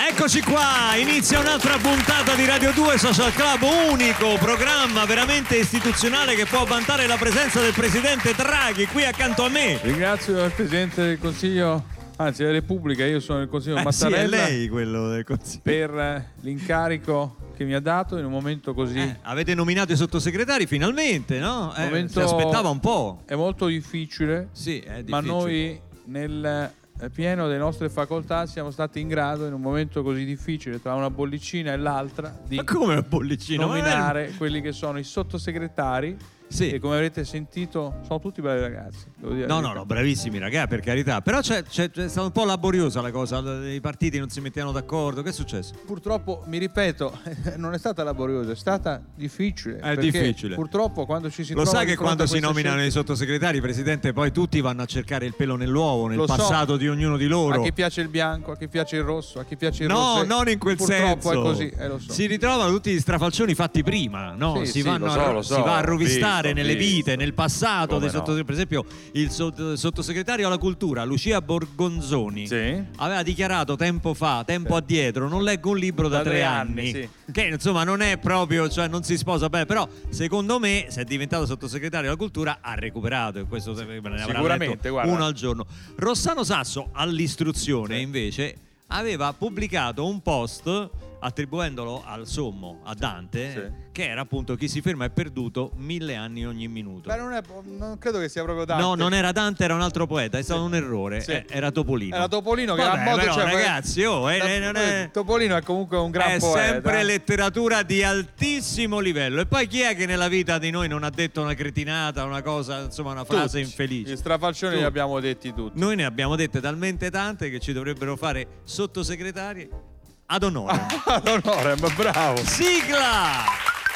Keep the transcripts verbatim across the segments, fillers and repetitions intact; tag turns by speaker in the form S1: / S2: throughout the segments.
S1: Eccoci qua, inizia un'altra puntata di Radio due Social Club, unico programma veramente istituzionale che può vantare la presenza del presidente Draghi qui accanto a me.
S2: Ringrazio il presidente del Consiglio, anzi della Repubblica, io sono il Consiglio
S1: eh,
S2: Mattarella.
S1: Sì, è lei quello del Consiglio.
S2: Per l'incarico che mi ha dato in un momento così.
S1: Eh, avete nominato i sottosegretari finalmente, no? Eh,
S2: momento
S1: si aspettava un po'.
S2: È molto difficile,
S1: sì, è difficile.
S2: Ma noi nel pieno delle nostre facoltà siamo stati in grado, in un momento così difficile tra una bollicina e l'altra, di
S1: ma come una bollicina?
S2: nominare è... quelli che sono i sottosegretari.
S1: Sì.
S2: E come avrete sentito sono tutti bravi ragazzi, devo dire.
S1: No, no, no, bravissimi ragazzi, per carità. Però c'è, c'è, c'è stata un po' laboriosa la cosa. I partiti non si mettevano d'accordo. Che è successo?
S2: Purtroppo, mi ripeto, non è stata laboriosa, è stata difficile.
S1: È difficile.
S2: Purtroppo quando ci si
S1: Lo
S2: trova
S1: sa che quando si nominano
S2: scelte...
S1: i sottosegretari, presidente, poi tutti vanno a cercare il pelo nell'uovo, nel
S2: Lo
S1: passato
S2: so.
S1: di ognuno di loro.
S2: A chi piace il bianco, a chi piace il rosso, a chi piace il
S1: no,
S2: rosso.
S1: No, non in quel
S2: purtroppo
S1: senso.
S2: Purtroppo è così, eh, lo so.
S1: Si ritrovano tutti gli strafalcioni fatti prima, no?
S2: Sì,
S1: si,
S2: sì,
S1: vanno
S2: lo so,
S1: a,
S2: lo so.
S1: si va a rovistare
S2: Visto,
S1: nelle
S2: visto.
S1: vite, nel passato dei
S2: no?
S1: sottosegretari. Per esempio il sottosegretario alla cultura Lucia Borgonzoni
S2: sì.
S1: aveva dichiarato tempo fa, tempo
S2: sì.
S1: addietro, non leggo un libro da,
S2: da
S1: tre,
S2: tre
S1: anni,
S2: anni sì.
S1: Che insomma non è proprio, cioè non si sposa bene, però secondo me se è diventato sottosegretario alla cultura ha recuperato, e questo sì. ne avrà
S2: sicuramente,
S1: letto uno al giorno. Rossano Sasso all'istruzione sì. invece aveva pubblicato un post attribuendolo al sommo, a Dante, sì. che era appunto chi si ferma è perduto, mille anni ogni minuto.
S2: Ma non, è, non credo che sia proprio Dante.
S1: No, non era Dante, era un altro poeta, è stato sì. un errore, sì. era Topolino.
S2: Era Topolino che
S1: Vabbè,
S2: era a modo,
S1: però,
S2: cioè,
S1: ragazzi, oh, è, è, non è...
S2: Topolino è comunque un gran
S1: è
S2: poeta.
S1: È sempre letteratura di altissimo livello. E poi chi è che nella vita di noi non ha detto una cretinata, una cosa, insomma, una frase
S2: tutti.
S1: infelice?
S2: Gli strafalcioni li abbiamo detti tutti.
S1: Noi ne abbiamo dette talmente tante che ci dovrebbero fare sottosegretari ad onore.
S2: Ad onore, ma bravo.
S1: Sigla!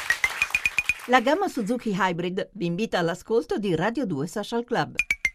S3: La gamma Suzuki Hybrid vi invita all'ascolto di Radio due Social Club.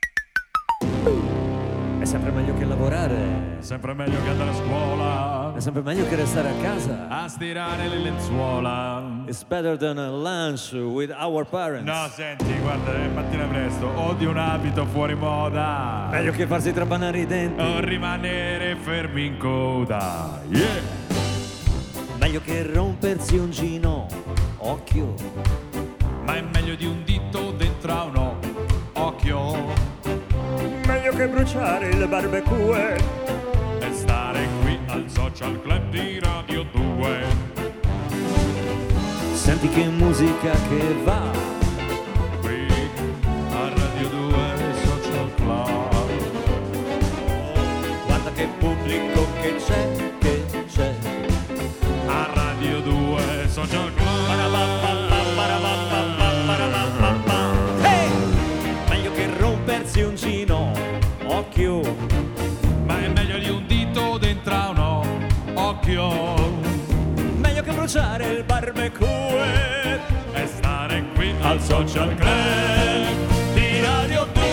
S4: È sempre meglio che lavorare.
S5: È sempre meglio che andare a scuola.
S4: È sempre meglio che restare a casa.
S5: A stirare le lenzuola.
S4: It's better than a lunch with our parents.
S5: No, senti, guarda, è mattina presto. Odio un abito fuori moda.
S4: Meglio che farsi trapanare i denti.
S5: O rimanere fermi in coda. Yeah!
S4: Meglio che rompersi un gino. Occhio.
S5: Ma è meglio di un dito dentro a uno. Occhio.
S4: Meglio che bruciare il barbecue
S5: e stare qui al Social Club di Radio due.
S4: Senti che musica che va
S5: qui a Radio due Social Club.
S4: Guarda che pubblico che c'è, che c'è
S5: a Radio due Social Club.
S4: Hey! Meglio che rompersi un gino. Occhio.
S5: Ma è meglio di un dito dentro a uno. Occhio.
S4: Meglio che bruciare il barbecue
S5: e stare qui al Social Club di Radio due.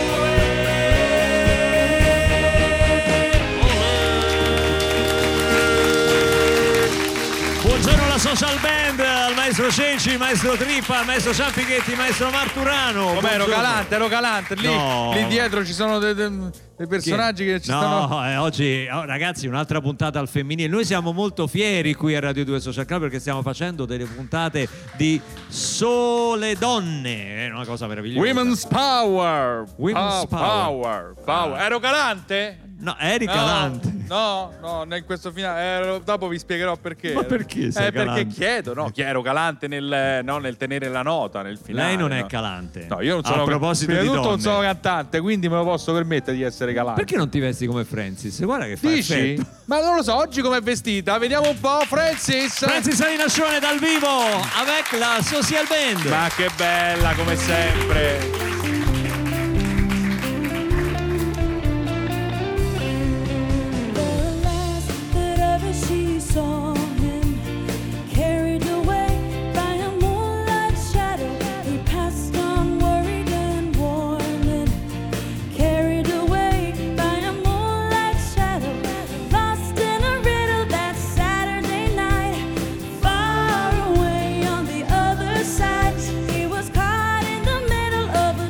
S1: Buongiorno alla Social Band, al maestro Cenci, maestro Trippa, maestro Ciampighetti, maestro Marturano.
S2: Come ero galante, ero galante. Lì,
S1: no.
S2: lì dietro ci sono dei, dei, dei personaggi che, che ci
S1: no,
S2: stanno.
S1: No, eh, oggi oh, ragazzi un'altra puntata al femminile. Noi siamo molto fieri qui a Radio due Social Club perché stiamo facendo delle puntate di sole donne. È una cosa meravigliosa.
S2: Women's Power.
S1: Women's
S2: oh, power. Power. Power. Ero galante?
S1: No, eri
S2: no,
S1: galante.
S2: No, no, in questo finale. Ero, dopo vi spiegherò perché.
S1: Ma perché sei
S2: eh,
S1: galante?
S2: Perché chiedo, no? Ero galante nel, no, nel tenere la nota nel finale.
S1: Lei non è
S2: no?
S1: galante.
S2: No, io non sono.
S1: A proposito
S2: prima
S1: di
S2: tutto
S1: donne,
S2: non sono cantante, quindi me lo posso permettere di essere galante.
S1: Perché non ti vesti come Francis? Guarda che fa
S2: Dici?
S1: effetto.
S2: Ma non lo so, oggi com'è vestita? Vediamo un po', Francis.
S1: Francis Salinascione dal vivo avec la Social Band.
S2: Ma che bella, come sempre.
S6: Saw him carried away by a moonlight shadow. He passed on worried and worn and carried away by a moonlight shadow. Lost in a riddle that Saturday night. Far away on the other side, he was caught in the middle of a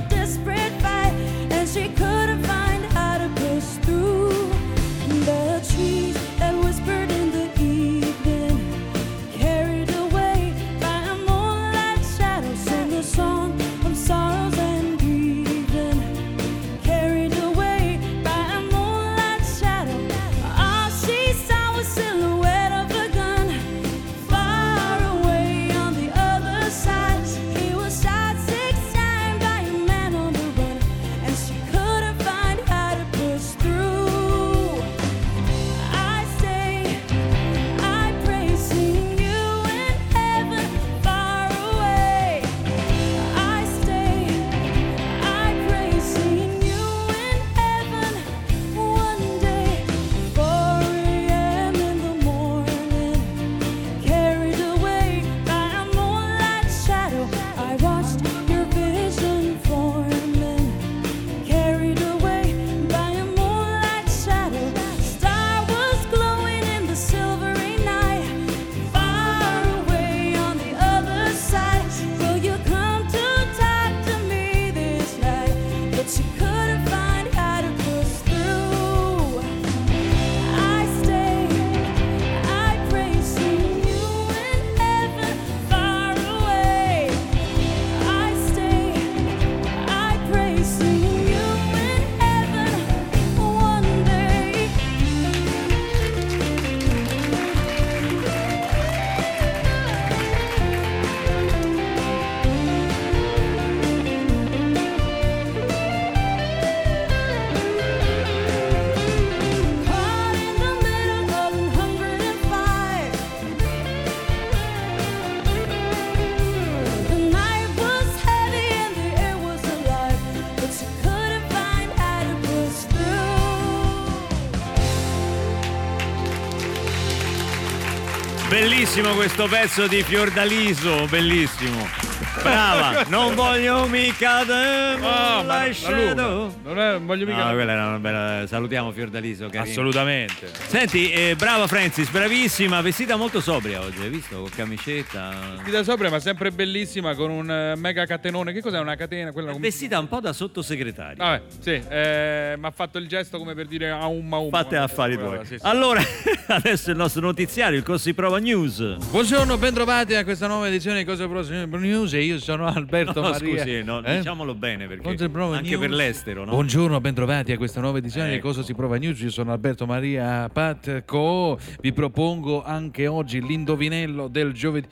S1: Bellissimo questo pezzo di Fiordaliso, bellissimo. Brava, non voglio mica de-
S2: Oh, ma
S1: lasciato.
S2: non, è, non voglio mica.
S1: No, quella era una bella. Salutiamo Fiordaliso. Carino.
S2: Assolutamente.
S1: Senti, eh, brava Francis, bravissima, vestita molto sobria oggi, hai visto? Con camicetta.
S2: Vestita sopra, ma sempre bellissima, con un eh, mega catenone. Che cos'è una catena? Quella come-
S1: Vestita un po' da sottosegretario.
S2: Vabbè, sì, eh, mi ha fatto il gesto come per dire a un maum.
S1: Fate affari tuoi.
S2: Sì, sì.
S1: Allora, adesso il nostro notiziario, il Così Prova News.
S2: Buongiorno, bentrovati a questa nuova edizione di Cosa Prova News e io sono Alberto
S1: No,
S2: Maria.
S1: scusi, no,
S2: Eh?
S1: diciamolo bene perché
S2: Cosa Prova
S1: anche
S2: News.
S1: per l'estero, no?
S2: Buongiorno, bentrovati a questa nuova edizione di
S1: Ecco.
S2: Cosa si prova news. Io sono Alberto Maria Patco. Vi propongo anche oggi l'indovinello del giovedì.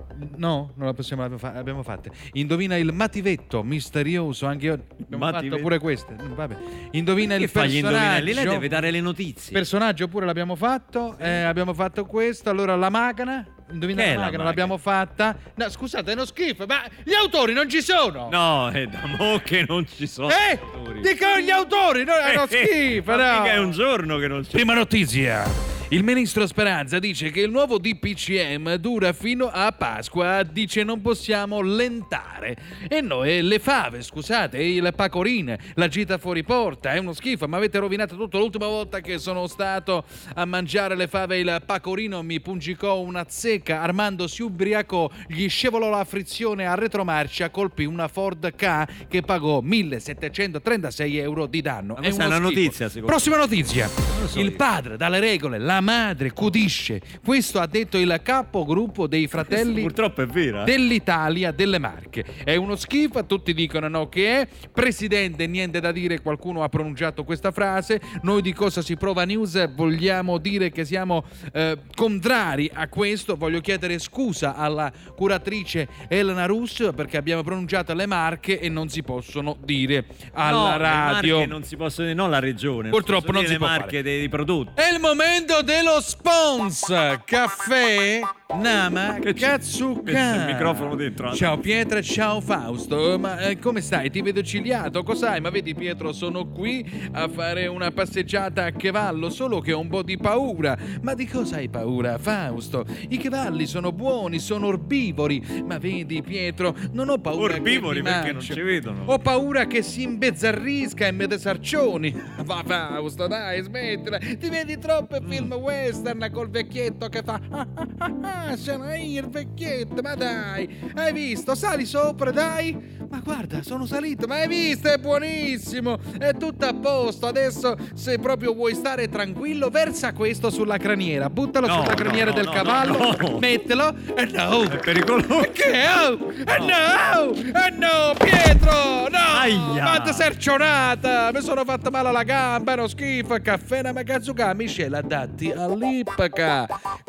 S2: No, non la possiamo abbiamo fatta. Indovina il mativetto misterioso anche oggi. Abbiamo
S1: Mativetto.
S2: fatto pure queste. Vabbè. Indovina
S1: Che
S2: il
S1: fa gli indovinelli? Lei
S2: personaggio.
S1: deve dare le notizie.
S2: Personaggio pure l'abbiamo fatto. Eh, abbiamo fatto questo. Allora la macana. Indovina
S1: Che è
S2: la
S1: la
S2: macana,
S1: macana?
S2: l'abbiamo fatta. No, scusate, è uno schifo, ma gli autori non ci sono.
S1: No, è da mo' che non ci sono.
S2: Eh?
S1: autori.
S2: Dico gli autori, no, è uno
S1: Eh, eh,
S2: schifo,
S1: ma
S2: no.
S1: mica è un giorno che non c'è.
S2: Prima notizia. Il ministro Speranza dice che il nuovo D P C M dura fino a Pasqua, dice non possiamo lentare. E noi le fave, scusate, il pecorine, la gita fuori porta, è uno schifo, ma avete rovinato tutto. L'ultima volta che sono stato a mangiare le fave il pecorino mi pungicò una zecca, Armando si ubriacò, gli scevolò la frizione a retromarcia, colpì una Ford Ka che pagò millesettecentotrentasei euro di danno.
S1: Ma questa
S2: uno
S1: è una
S2: schifo.
S1: notizia, secondo
S2: Prossima notizia.
S1: so
S2: Il
S1: io.
S2: padre dalle regole, la madre cudisce. Questo ha detto il capogruppo dei fratelli
S1: Purtroppo è vera.
S2: dell'Italia delle Marche. È uno schifo, tutti dicono no che è. Presidente, niente da dire, qualcuno ha pronunciato questa frase. Noi di Cosa si prova news vogliamo dire che siamo eh, contrari a questo. Voglio chiedere scusa alla curatrice Elena Russo perché abbiamo pronunciato le marche e non si possono dire alla
S1: no,
S2: radio.
S1: Le marche non si possono dire, non la regione.
S2: Purtroppo non
S1: dire
S2: si
S1: le
S2: può
S1: marche
S2: fare.
S1: dei, dei prodotti.
S2: È il momento dello sponsor Caffè Nama
S1: Che c'è?
S2: Katsuka.
S1: C'è il microfono dentro.
S2: Ciao Pietra, ciao Fausto. Ma eh, come stai? Ti vedo ciliato. Cos'hai? Ma vedi Pietro, sono qui a fare una passeggiata a cavallo, solo che ho un po' di paura. Ma di cosa hai paura, Fausto? I cavalli sono buoni, sono erbivori. Ma vedi Pietro, non ho paura
S1: Erbivori
S2: che mi
S1: perché non
S2: mangio.
S1: ci vedono.
S2: Ho paura che si imbezzarrisca e mi desarcioni. Va Fausto, dai, smettila. Ti vedi troppe film western col vecchietto che fa ah, ah, ah, ah, sono io il vecchietto, ma dai, hai visto? Sali sopra, dai. Ma guarda, sono salito, ma hai visto? È buonissimo, è tutto a posto. Adesso, se proprio vuoi stare tranquillo, versa questo sulla craniera, buttalo
S1: No,
S2: sulla
S1: no,
S2: craniera
S1: no,
S2: del
S1: no,
S2: cavallo,
S1: no.
S2: mettelo. E no,
S1: È pericoloso.
S2: che? Oh, eh no, eh no, Pietro, no,
S1: Aia.
S2: fatta sercionata, mi sono fatto male alla gamba, è uno schifo. Caffè Namakazuka, miscela adatti all'ippaca.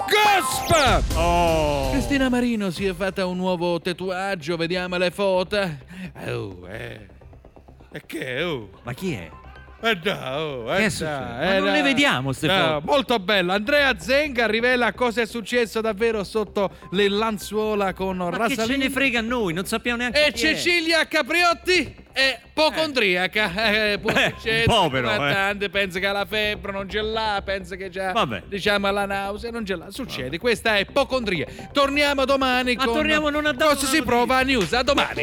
S2: Gospa!
S1: Oh.
S2: Cristina Marino si è fatta un nuovo tatuaggio, vediamo le foto. Oh, eh. E che? Oh.
S1: Ma chi è?
S2: Eh no, oh,
S1: Che
S2: eh
S1: è successo?
S2: no,
S1: Ma
S2: eh
S1: non
S2: no.
S1: le vediamo ste
S2: No,
S1: foto.
S2: molto bello. Andrea Zenga rivela cosa è successo davvero sotto le lenzuola con
S1: Ma che
S2: Rasalini.
S1: ce ne frega a noi? Non sappiamo neanche
S2: E
S1: chi è.
S2: Cecilia Capriotti è ipocondriaca. Eh, può
S1: Eh,
S2: succedere,
S1: un po' però,
S2: ma
S1: eh.
S2: tante pensa che ha la febbre, non ce l'ha, pensa che già
S1: Vabbè.
S2: diciamo la nausea, non ce l'ha. Succede, questa è ipocondria. Torniamo domani
S1: Ma
S2: con
S1: torniamo non a dare
S2: Cosa
S1: una
S2: si
S1: notizia.
S2: prova a news. A domani.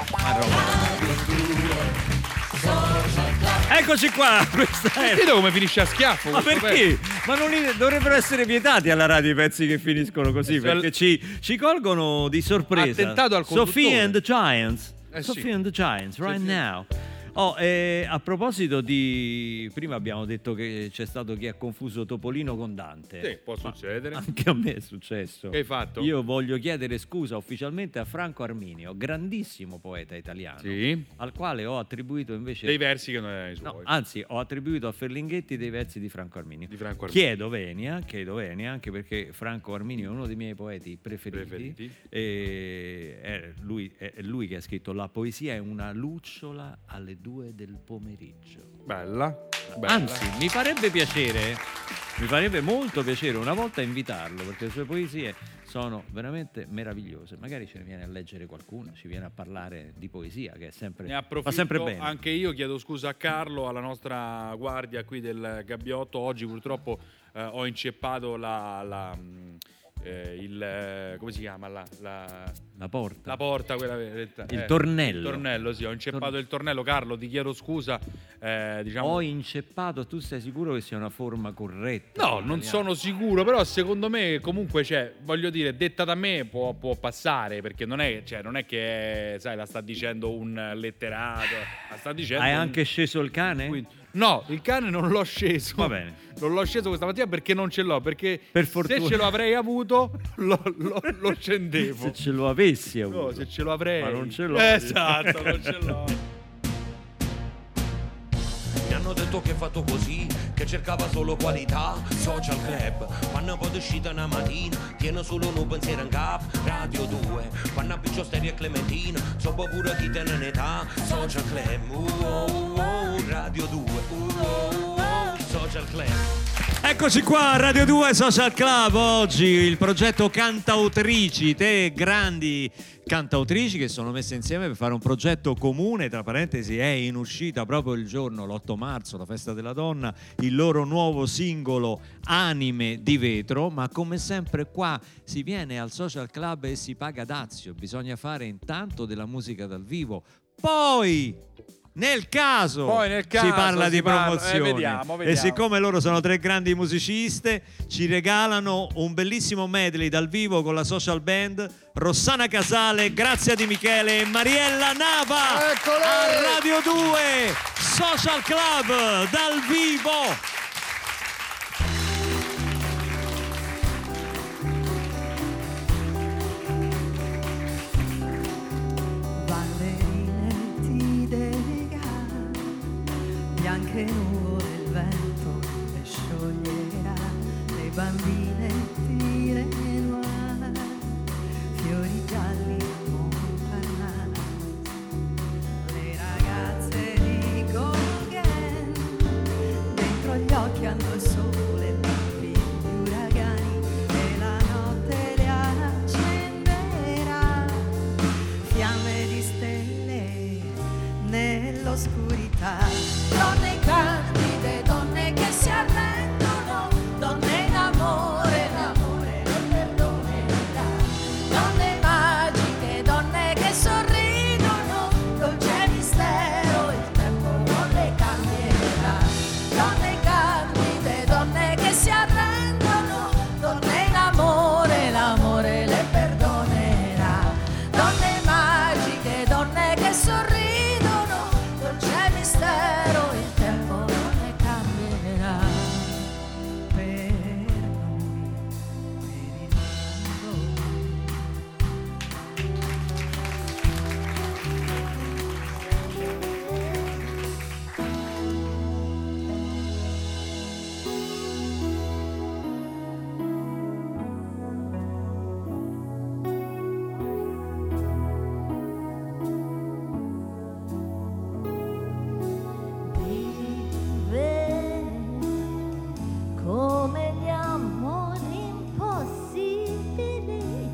S1: Eccoci qua. Questa è.
S2: Vedi come finisce a schiaffo?
S1: Ma
S2: questo
S1: perché? Ma non li- dovrebbero essere vietati alla radio i pezzi che finiscono così,
S2: Questo è
S1: perché ci, ci colgono di sorpresa.
S2: Attentato al conduttore.
S1: Sophie and the Giants.
S2: Eh sì.
S1: Sophie and the Giants, right
S2: Sì, sì.
S1: now. Oh, eh, a proposito di... Prima abbiamo detto che c'è stato chi ha confuso Topolino con Dante.
S2: Sì, può succedere.
S1: Anche a me è successo.
S2: Che hai fatto?
S1: Io voglio chiedere scusa ufficialmente a Franco Arminio, grandissimo poeta italiano,
S2: Sì.
S1: al quale ho attribuito invece...
S2: Dei versi che non erano i
S1: No,
S2: suoi.
S1: anzi, ho attribuito a Ferlinghetti dei versi di Franco Arminio.
S2: Di Franco Arminio.
S1: Chiedo venia, chiedo venia, anche perché Franco Arminio è uno dei miei poeti preferiti.
S2: Preferiti.
S1: E è lui, è lui che ha scritto: la poesia è una lucciola alle due del pomeriggio.
S2: Bella. Bella.
S1: Anzi, mi farebbe piacere, mi farebbe molto piacere una volta invitarlo, perché le sue poesie sono veramente meravigliose. Magari ce ne viene a leggere qualcuna, ci viene a parlare di poesia, che è sempre,
S2: Ne
S1: fa
S2: approfitto,
S1: sempre bene.
S2: anche io chiedo scusa a Carlo, alla nostra guardia qui del Gabbiotto. Oggi purtroppo eh, ho inceppato la, la, mh, eh, il eh, come si chiama la, la,
S1: la porta.
S2: La porta, quella eh,
S1: il tornello.
S2: Il tornello, sì, ho inceppato Tor- il tornello. Carlo, ti chiedo scusa. Eh, diciamo...
S1: Ho inceppato, tu sei sicuro che sia una forma corretta?
S2: No, non sono sicuro, però secondo me comunque, cioè, voglio dire, detta da me può, può passare, perché non è, cioè, non è che, sai, la sta dicendo un letterato, la sta dicendo...
S1: Hai
S2: un...
S1: anche sceso il cane?
S2: Quindi... No, il cane non l'ho sceso.
S1: Va bene.
S2: Non l'ho sceso questa mattina perché non ce l'ho, perché
S1: per fortuna.
S2: Se ce lo avrei avuto lo, lo, lo scendevo.
S1: Se ce lo avessi avuto.
S2: No, se ce lo avrei.
S1: Ma non ce l'ho.
S2: Esatto, non ce l'ho.
S7: Mi hanno detto che è fatto così, che cercava solo qualità. Social Club, quando poi uscita una mattina, tiene solo un pensiero in capo. Radio due, quando piccio Stereo e Clementina, so pure chi te ne età. Social Club, uh, oh, oh, Radio due, uh, oh, oh, Social Club.
S1: Eccoci qua, Radio due Social Club. Oggi il progetto Cantautrici, te grandi cantautrici che sono messe insieme per fare un progetto comune. Tra parentesi, è in uscita proprio il giorno, l'otto marzo, la festa della donna, il loro nuovo singolo Anime di Vetro. Ma come sempre qua si viene al Social Club e si paga dazio. Bisogna fare intanto della musica dal vivo, poi nel caso,
S2: Poi nel caso
S1: si parla
S2: si
S1: di
S2: parla,
S1: promozione,
S2: eh, vediamo, vediamo.
S1: E siccome loro sono tre grandi musiciste, ci regalano un bellissimo medley dal vivo con la social band Rossana Casale, Grazia Di Michele e Mariella Nava.
S2: Eccole!
S1: A Radio due Social Club dal vivo.
S8: Bianche nuvole il vento le scioglierà, le bambine tire noir, fiori gialli Montparnasse, le ragazze di Gauguin, dentro gli occhi hanno il sole, i bambini gli uragani, e la notte le accenderà, fiamme di stelle nell'oscurità. Donne candide, donne che si arrendono, donne in amore, l'amore non perdonerà. Donne magiche, donne che sorridono, dolce mistero, il tempo non le cambierà. Donne candide, donne che si arrendono, donne in amore, l'amore le perdonerà. Donne magiche, donne che sorridono, dolce mistero, il tempo non ne cambierà. Per noi, per il vivere come gli amori impossibili,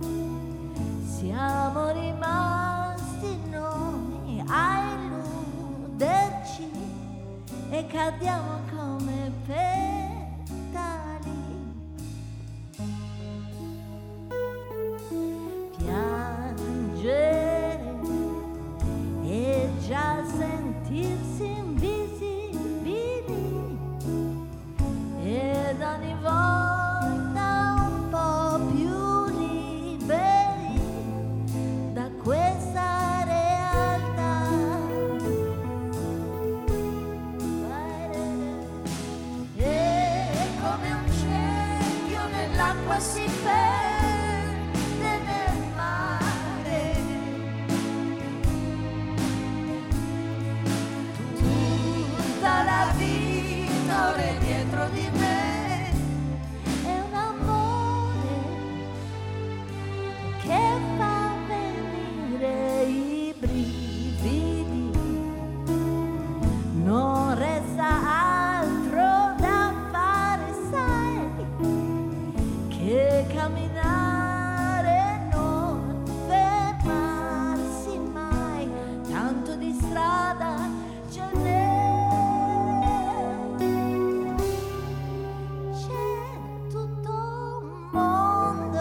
S8: siamo rimasti noi a illuderci e cadiamo come petali. Piangere e già sentirsi invisibili, ed ogni volta un po' più liberi da questa realtà. E come un cerchio nell'acqua si perde nel mare, tutta la vita ora è dietro di me, è un amore che fa venire i brividi, non resta altro da fare, sai, che camminare, non fermarsi mai, tanto di strada ce n'è. C'è tutto un mondo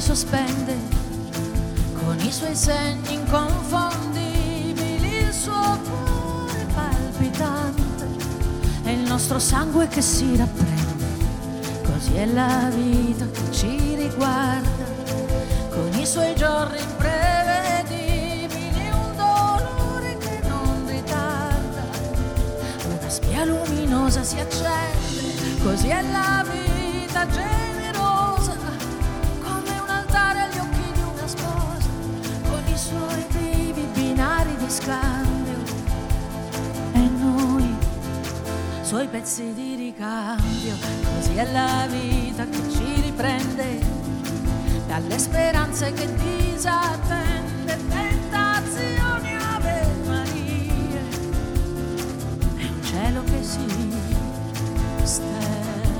S9: sospende con i suoi segni inconfondibili, il suo cuore palpitante e il nostro sangue che si rapprende. Così è la vita che ci riguarda, con i suoi giorni imprevedibili, un dolore che non ritarda, una spia luminosa si accende. Così è la vita generosa, come un altare agli occhi di una sposa, con i suoi vivi binari di scambio e noi suoi pezzi di ricambio. Così è la vita che ci riprende dalle speranze che disattende, tentazioni, Ave Maria, è un cielo che si stende.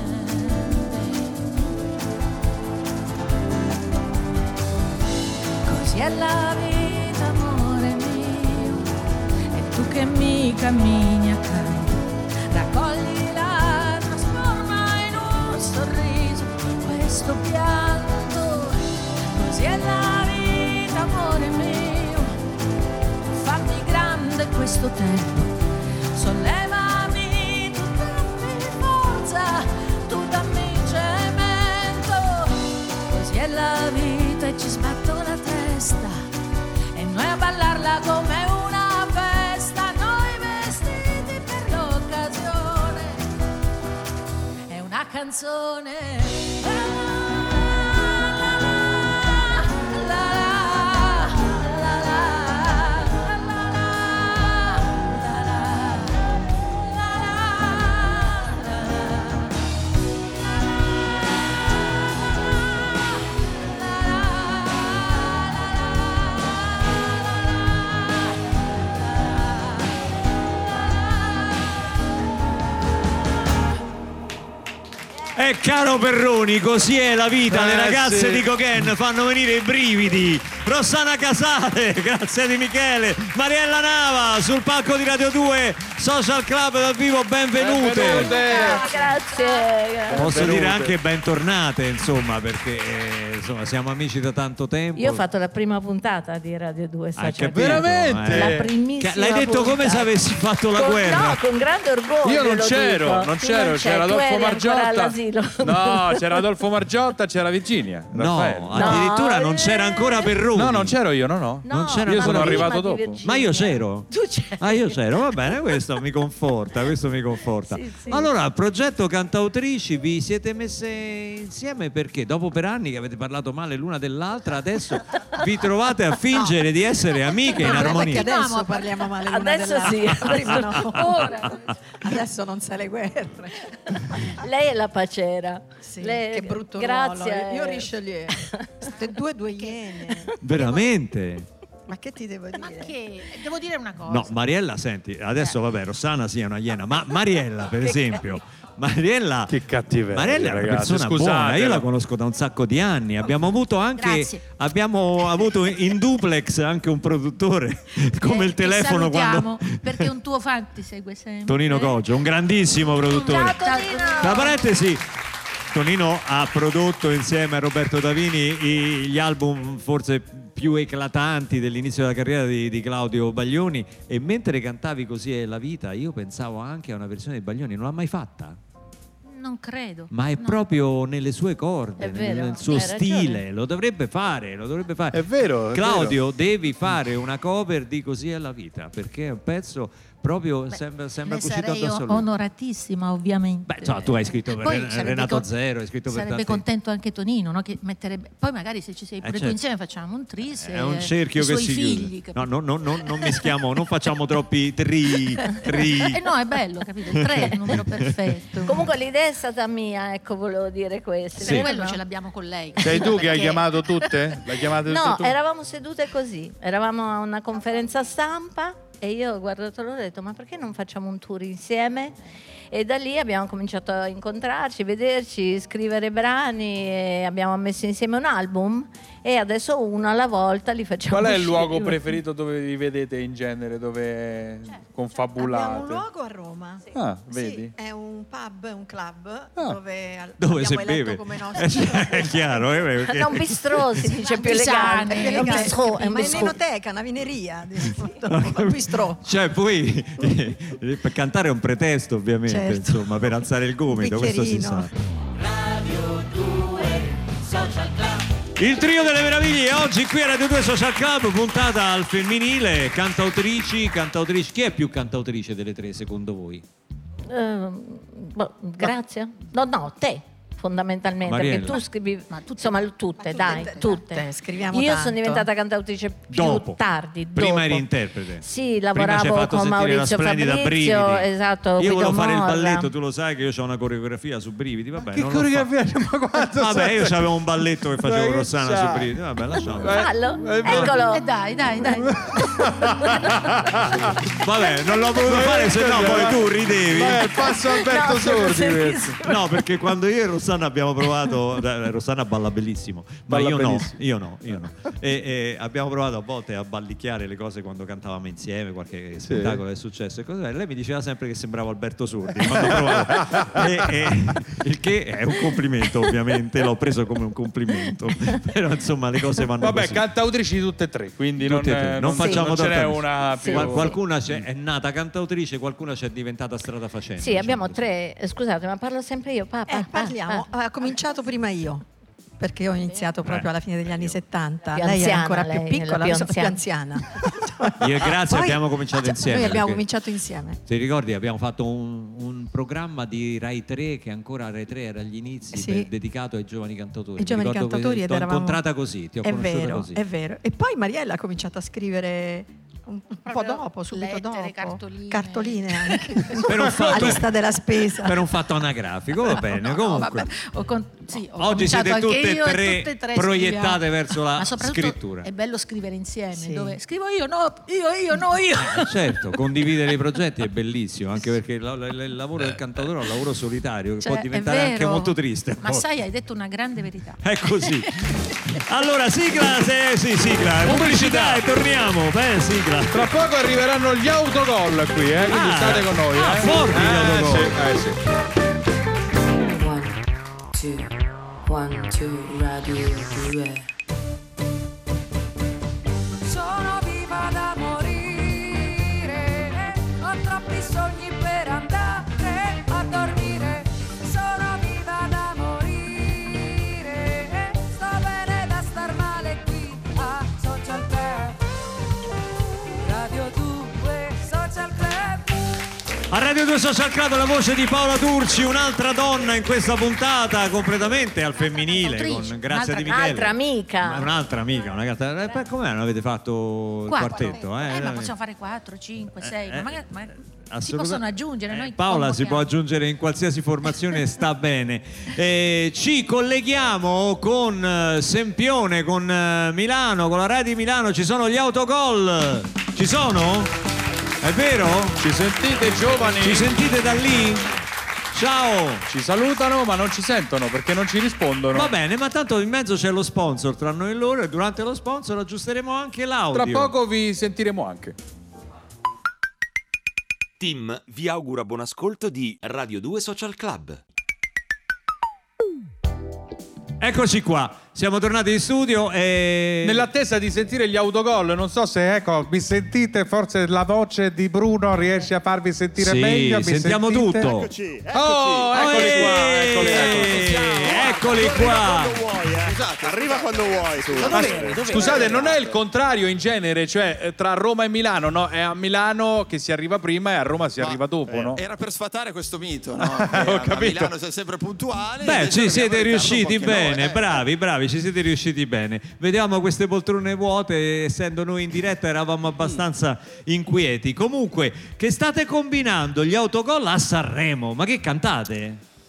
S9: Così è la vita, amore mio, e tu che mi cammini accanto, raccoglila, trasforma in un sorriso questo pianto. Così è la vita, amore mio, fammi grande questo tempo, sollevami, tu dammi forza, tu dammi cemento. Così è la vita e ci sbatto la testa e noi a ballarla come una festa, noi vestiti per l'occasione, è una canzone.
S1: E caro Perroni, così è la vita,
S2: eh,
S1: le ragazze
S2: sì.
S1: di Gauguin fanno venire i brividi. Rossana Casale, grazie di Michele, Mariella Nava sul palco di Radio due Social Club dal vivo, benvenute.
S2: Benvenute.
S8: Ah, grazie, grazie.
S1: Posso
S2: Benvenute.
S1: dire anche bentornate, insomma, perché eh, insomma siamo amici da tanto tempo.
S8: Io ho fatto la prima puntata di Radio due
S1: Hai
S8: Social
S1: capito?
S8: Club.
S2: Veramente?
S8: La
S1: Eh.
S8: primissima
S1: Che- L'hai detto come
S8: puntata.
S1: se avessi fatto la
S8: Con-
S1: guerra.
S8: No, con grande orgoglio.
S2: Io non
S8: lo
S2: c'ero,
S8: dico.
S2: non
S8: Tu
S2: c'ero,
S8: non
S2: c'era
S8: c'eri, tu
S2: Adolfo
S8: eri ancora
S2: Margiotta.
S8: all'asilo.
S2: No, c'era Adolfo Margiotta, c'era Virginia.
S1: No,
S2: Raffaele.
S1: addirittura
S8: No,
S1: non c'era ancora Perroni.
S2: No, non c'ero io, no, no.
S8: No,
S1: Non c'era
S2: Io
S8: ma
S2: sono
S8: prima
S2: arrivato
S8: di
S2: dopo.
S8: Virginia.
S1: Ma io c'ero.
S8: Tu c'eri.
S1: Ah, io c'ero, va bene, questo mi conforta, questo mi conforta.
S8: Sì, sì.
S1: Allora, il progetto Cantautrici vi siete messe insieme perché dopo per anni che avete parlato male l'una dell'altra, adesso vi trovate a fingere di essere amiche in
S10: No, perché
S1: armonia.
S10: adesso parliamo male l'una
S8: Adesso sì,
S10: dell'altra.
S8: adesso
S10: Prima no.
S8: ora.
S10: Adesso non sa le guerre.
S8: Lei è la pacera.
S10: Sì,
S8: Lei-
S10: che brutto
S8: grazie.
S10: ruolo. Io Richelieu. Ste due due iene.
S1: Veramente?
S10: Ma che ti devo dire?
S9: Ma che? Devo dire una cosa.
S1: No, Mariella, senti, adesso vabbè, Rossana sia una iena, ma Mariella, per esempio, Mariella,
S2: Che cattiveria,
S1: Mariella è una
S2: ragazzi,
S1: persona
S2: scusate,
S1: buona, io la
S2: no?
S1: conosco da un sacco di anni. Abbiamo avuto anche
S9: Grazie.
S1: abbiamo avuto in duplex anche un produttore come il
S9: Che
S1: telefono
S9: salutiamo,
S1: quando
S9: perché un tuo fan ti segue sempre.
S1: Tonino Coggio, un grandissimo produttore.
S8: Ciao, Tonino.
S1: Tra parentesi, Tonino ha prodotto insieme a Roberto Davini i- gli album forse più eclatanti dell'inizio della carriera di, di Claudio Baglioni, e mentre cantavi Così è la vita io pensavo anche a una versione di Baglioni. Non l'ha mai fatta?
S9: Non credo.
S1: Ma è
S9: No.
S1: proprio nelle sue corde,
S8: È
S1: nel,
S8: vero,
S1: nel suo
S8: hai
S1: stile,
S8: ragione.
S1: lo dovrebbe fare, lo dovrebbe fare.
S2: È vero, è
S1: Claudio, devi fare una cover di Così è la vita, perché è un pezzo proprio
S9: Beh,
S1: sembra, sembra
S9: ne
S1: cucito
S9: sarei
S1: addosso a lui.
S9: onoratissima, ovviamente.
S1: Beh, insomma, tu hai scritto per
S9: Poi
S1: Ren-
S9: sarebbe
S1: Renato
S9: con-
S1: Zero, hai scritto per
S9: sarebbe
S1: tanti-
S9: contento anche Tonino, no? Che metterebbe... Poi magari se ci sei pure
S1: certo.
S9: tu insieme facciamo un tris.
S1: È un cerchio
S9: i
S1: che
S9: suoi
S1: si
S9: figli,
S1: chiude. No, no, no, no, non mischiamo, non facciamo troppi tri, tri.
S9: Eh no, è bello, capito? Il tre è il numero perfetto.
S8: Comunque l'idea è stata mia, ecco, volevo dire questo.
S9: Per
S1: Sì.
S9: quello
S8: No?
S9: ce l'abbiamo con lei.
S2: Sei tu che hai
S9: Perché-
S2: chiamato tutte? L'hai chiamate
S8: No,
S2: tutte tu?
S8: eravamo sedute così, eravamo a una conferenza stampa e io ho guardato loro e ho detto ma perché non facciamo un tour insieme? E da lì abbiamo cominciato a incontrarci, vederci, scrivere brani e abbiamo messo insieme un album e adesso uno alla volta li facciamo
S11: Qual è il
S8: uscire.
S11: luogo preferito dove vi vedete in genere, dove confabulate?
S10: Abbiamo un luogo a Roma.
S11: Ah,
S10: Sì,
S11: vedi?
S10: è un pub, un club
S11: Ah.
S10: dove, al-
S1: Dove si
S10: abbiamo eletto
S1: beve?
S10: come
S1: Eh,
S10: nostro.
S1: è chiaro, eh, perché-
S8: No, un bistrò si dice più elegante.
S10: È più
S8: È un
S10: elegante,
S8: bistrò, è un
S10: ma è
S8: bistrò.
S10: un'enoteca, una vineria. Un bistrò.
S1: Cioè, poi eh, per cantare è un pretesto, ovviamente,
S10: Certo.
S1: insomma, per alzare il gomito, questo si sa. Il trio delle meraviglie oggi qui a Radio due Social Club, puntata al femminile, cantautrici, cantautrici. Chi è più cantautrice delle tre secondo voi?
S8: Ehm, boh, grazie. No, no, te. Fondamentalmente,
S1: Mariella.
S8: perché tu scrivi, insomma, tutte, dai, tutte.
S10: tutte, scriviamo
S8: Io
S10: tanto.
S8: sono diventata cantautrice più
S1: Dopo.
S8: tardi.
S1: Prima
S8: dopo.
S1: eri interprete.
S8: Sì,
S1: Prima ci hai
S8: lavoravo
S1: fatto
S8: con
S1: sentire la
S8: Maurizio
S1: splendida
S8: Fabrizio,
S1: Brividi.
S8: esatto.
S1: Io
S8: Guido
S1: volevo fare il
S8: Morra.
S1: balletto, tu lo sai che io ho una coreografia su Brividi, vabbè,
S11: Che
S1: non l'ho
S11: coreografia?
S1: fatto.
S11: Ma quanto
S1: Vabbè, io
S11: sei-
S1: avevo un balletto che facevo
S11: Ma che
S1: Rossana
S11: c'ha?
S1: su Brividi, vabbè, lasciamo.
S8: Fallo,
S11: Eh,
S8: eccolo.
S9: E dai, dai, dai.
S1: Vabbè, non l'ho voluto fare, se no poi tu ridevi.
S11: Beh, il passo Alberto
S8: No,
S11: Sordi
S8: sono
S11: questo.
S1: No, perché quando io e Rossana abbiamo provato, eh, Rossana balla bellissimo, ma
S11: Balla
S1: io no,
S11: benissimo.
S1: io no, io no. E, e abbiamo provato a volte a ballicchiare le cose quando cantavamo insieme, qualche spettacolo è successo e così. E lei mi diceva sempre che sembrava Alberto Sordi quando provavo. E, e, il che è un complimento, ovviamente, l'ho preso come un complimento. Però insomma le cose vanno
S11: Vabbè,
S1: così.
S11: cantautrici tutte e tre, quindi
S1: Tutte e
S11: non,
S1: tre.
S11: eh,
S1: non facciamo
S11: non ce n'è
S1: tanta-
S11: una più.
S1: Qual- qualcuna c'è- è nata cantautrice, qualcuna c'è diventata strada facente.
S8: Sì, abbiamo
S1: diciamo così.
S8: tre. eh, Scusate, ma parlo sempre io, papà.
S10: Eh, parliamo. Ha cominciato prima io. Perché ho iniziato proprio alla fine degli anni settanta.
S8: Più
S10: Lei era
S8: anziana,
S10: ancora
S8: lei,
S10: più piccola,
S8: la più
S10: io sono più
S8: anziana.
S10: anziana.
S1: Io e Grazia
S10: Poi-
S1: abbiamo cominciato
S10: cioè,
S1: insieme.
S10: Noi abbiamo
S1: perché-
S10: cominciato insieme.
S1: Ti ricordi? Abbiamo fatto un, un programma di Rai tre che ancora Rai tre era agli inizi,
S10: Sì.
S1: per- dedicato ai giovani cantautori.
S10: I giovani
S1: Mi ricordo
S10: cantautori
S1: che
S10: ed
S1: ti ho
S10: eravamo...
S1: incontrata così, ti ho
S10: è
S1: conosciuta
S10: vero,
S1: così.
S10: è vero. E poi Mariella ha cominciato a scrivere un, un po'
S9: Proprio
S10: dopo, subito
S9: lettere,
S10: dopo.
S9: cartoline.
S10: Cartoline anche.
S1: Per un fatto-
S10: a lista della spesa.
S1: Per un fatto anagrafico, va bene.
S9: No,
S1: Comunque,
S9: vabbè, ho con- sì, ho
S1: oggi
S9: cominciato
S1: siete
S9: anche
S1: tutte e
S9: io
S1: tre
S9: tutte e tre
S1: proiettate
S9: scriviamo.
S1: verso la
S9: Ma soprattutto
S1: scrittura.
S9: è bello scrivere insieme,
S10: Sì.
S9: dove scrivo io, no, io, io, no, io.
S1: Eh, certo, condividere i progetti è bellissimo, anche perché il, il- il lavoro del cantautore è un lavoro solitario che
S9: Cioè,
S1: può
S9: è
S1: diventare anche
S9: vero.
S1: molto triste. a
S9: Ma
S1: volte.
S9: sai, hai detto una grande verità.
S1: È così. Allora, sigla, se, sì, sigla, pubblicità e torniamo. Beh, sigla.
S11: Tra poco arriveranno gli autogol qui, eh, quindi
S1: Ah,
S11: state con noi.
S1: ah,
S11: eh.
S1: forti gli
S11: Eh,
S1: autogol.
S11: sì, eh, sì.
S12: One, two, one, two, radio due.
S6: Sono viva da morire, ho troppi sogni per andare a dormire. Sono viva da morire, sto bene da star male qui a Social Club. Radio due Social Club.
S1: A Radio due Social Club la voce di Paola Turci, un'altra donna in questa puntata, completamente al femminile,
S9: Cantautrice,
S1: con Grazia Di
S8: un'altra-
S1: Michele.
S8: un'altra amica.
S1: Ma Un'altra amica, una gatta. Eh, beh, come non avete fatto il
S9: Quattro.
S1: quartetto? Eh,
S9: Eh, ma
S1: Eh,
S9: possiamo fare quattro, cinque, sei,
S1: eh,
S9: ma magari ma si
S1: assolutamente.
S9: possono aggiungere.
S1: Eh,
S9: Noi
S1: Paola si può
S9: convochiamo.
S1: aggiungere in qualsiasi formazione e sta bene. Eh, ci colleghiamo con eh, Sempione, con eh, Milano, con la Radio di Milano. Ci sono gli autogol. Ci sono? È vero?
S11: Ci sentite giovani?
S1: Ci sentite da lì? Ciao!
S11: Ci salutano ma non ci sentono perché non ci rispondono.
S1: Va bene, ma tanto in mezzo c'è lo sponsor tra noi e loro e durante lo sponsor aggiusteremo anche l'audio.
S11: Tra poco vi sentiremo anche.
S13: Tim vi augura buon ascolto di Radio due Social Club.
S1: Eccoci qua, siamo tornati in studio e...
S11: Nell'attesa di sentire gli autogol, non so se ecco, mi sentite, forse la voce di Bruno riesce a farvi sentire
S1: Sì,
S11: meglio. Mi
S1: sentiamo
S11: sentite?
S1: tutto.
S4: Eccoci, eccoci.
S11: Oh, eccoli
S1: Eeeh!
S11: qua, eccoli, eccoli.
S1: Eccoli
S4: Arriva
S1: qua.
S4: quando vuoi, eh. Arriva quando vuoi tu.
S11: Ma scusate, non è il contrario in genere, cioè eh, tra Roma e Milano, no? È a Milano che si arriva prima e a Roma si arriva dopo, no?
S14: Era per sfatare questo mito, no? Che
S11: Ho
S14: a
S11: capito.
S14: Milano sei sempre puntuale.
S1: Beh,
S14: invece
S1: ci
S14: arriviamo
S1: siete
S14: in ritardo
S1: riusciti
S14: un po' anche
S1: bene,
S14: noi, eh.
S1: bravi, bravi, ci siete riusciti bene. Vediamo queste poltrone vuote, essendo noi in diretta eravamo abbastanza inquieti. Comunque, che state combinando gli autogol a Sanremo? Ma che cantate?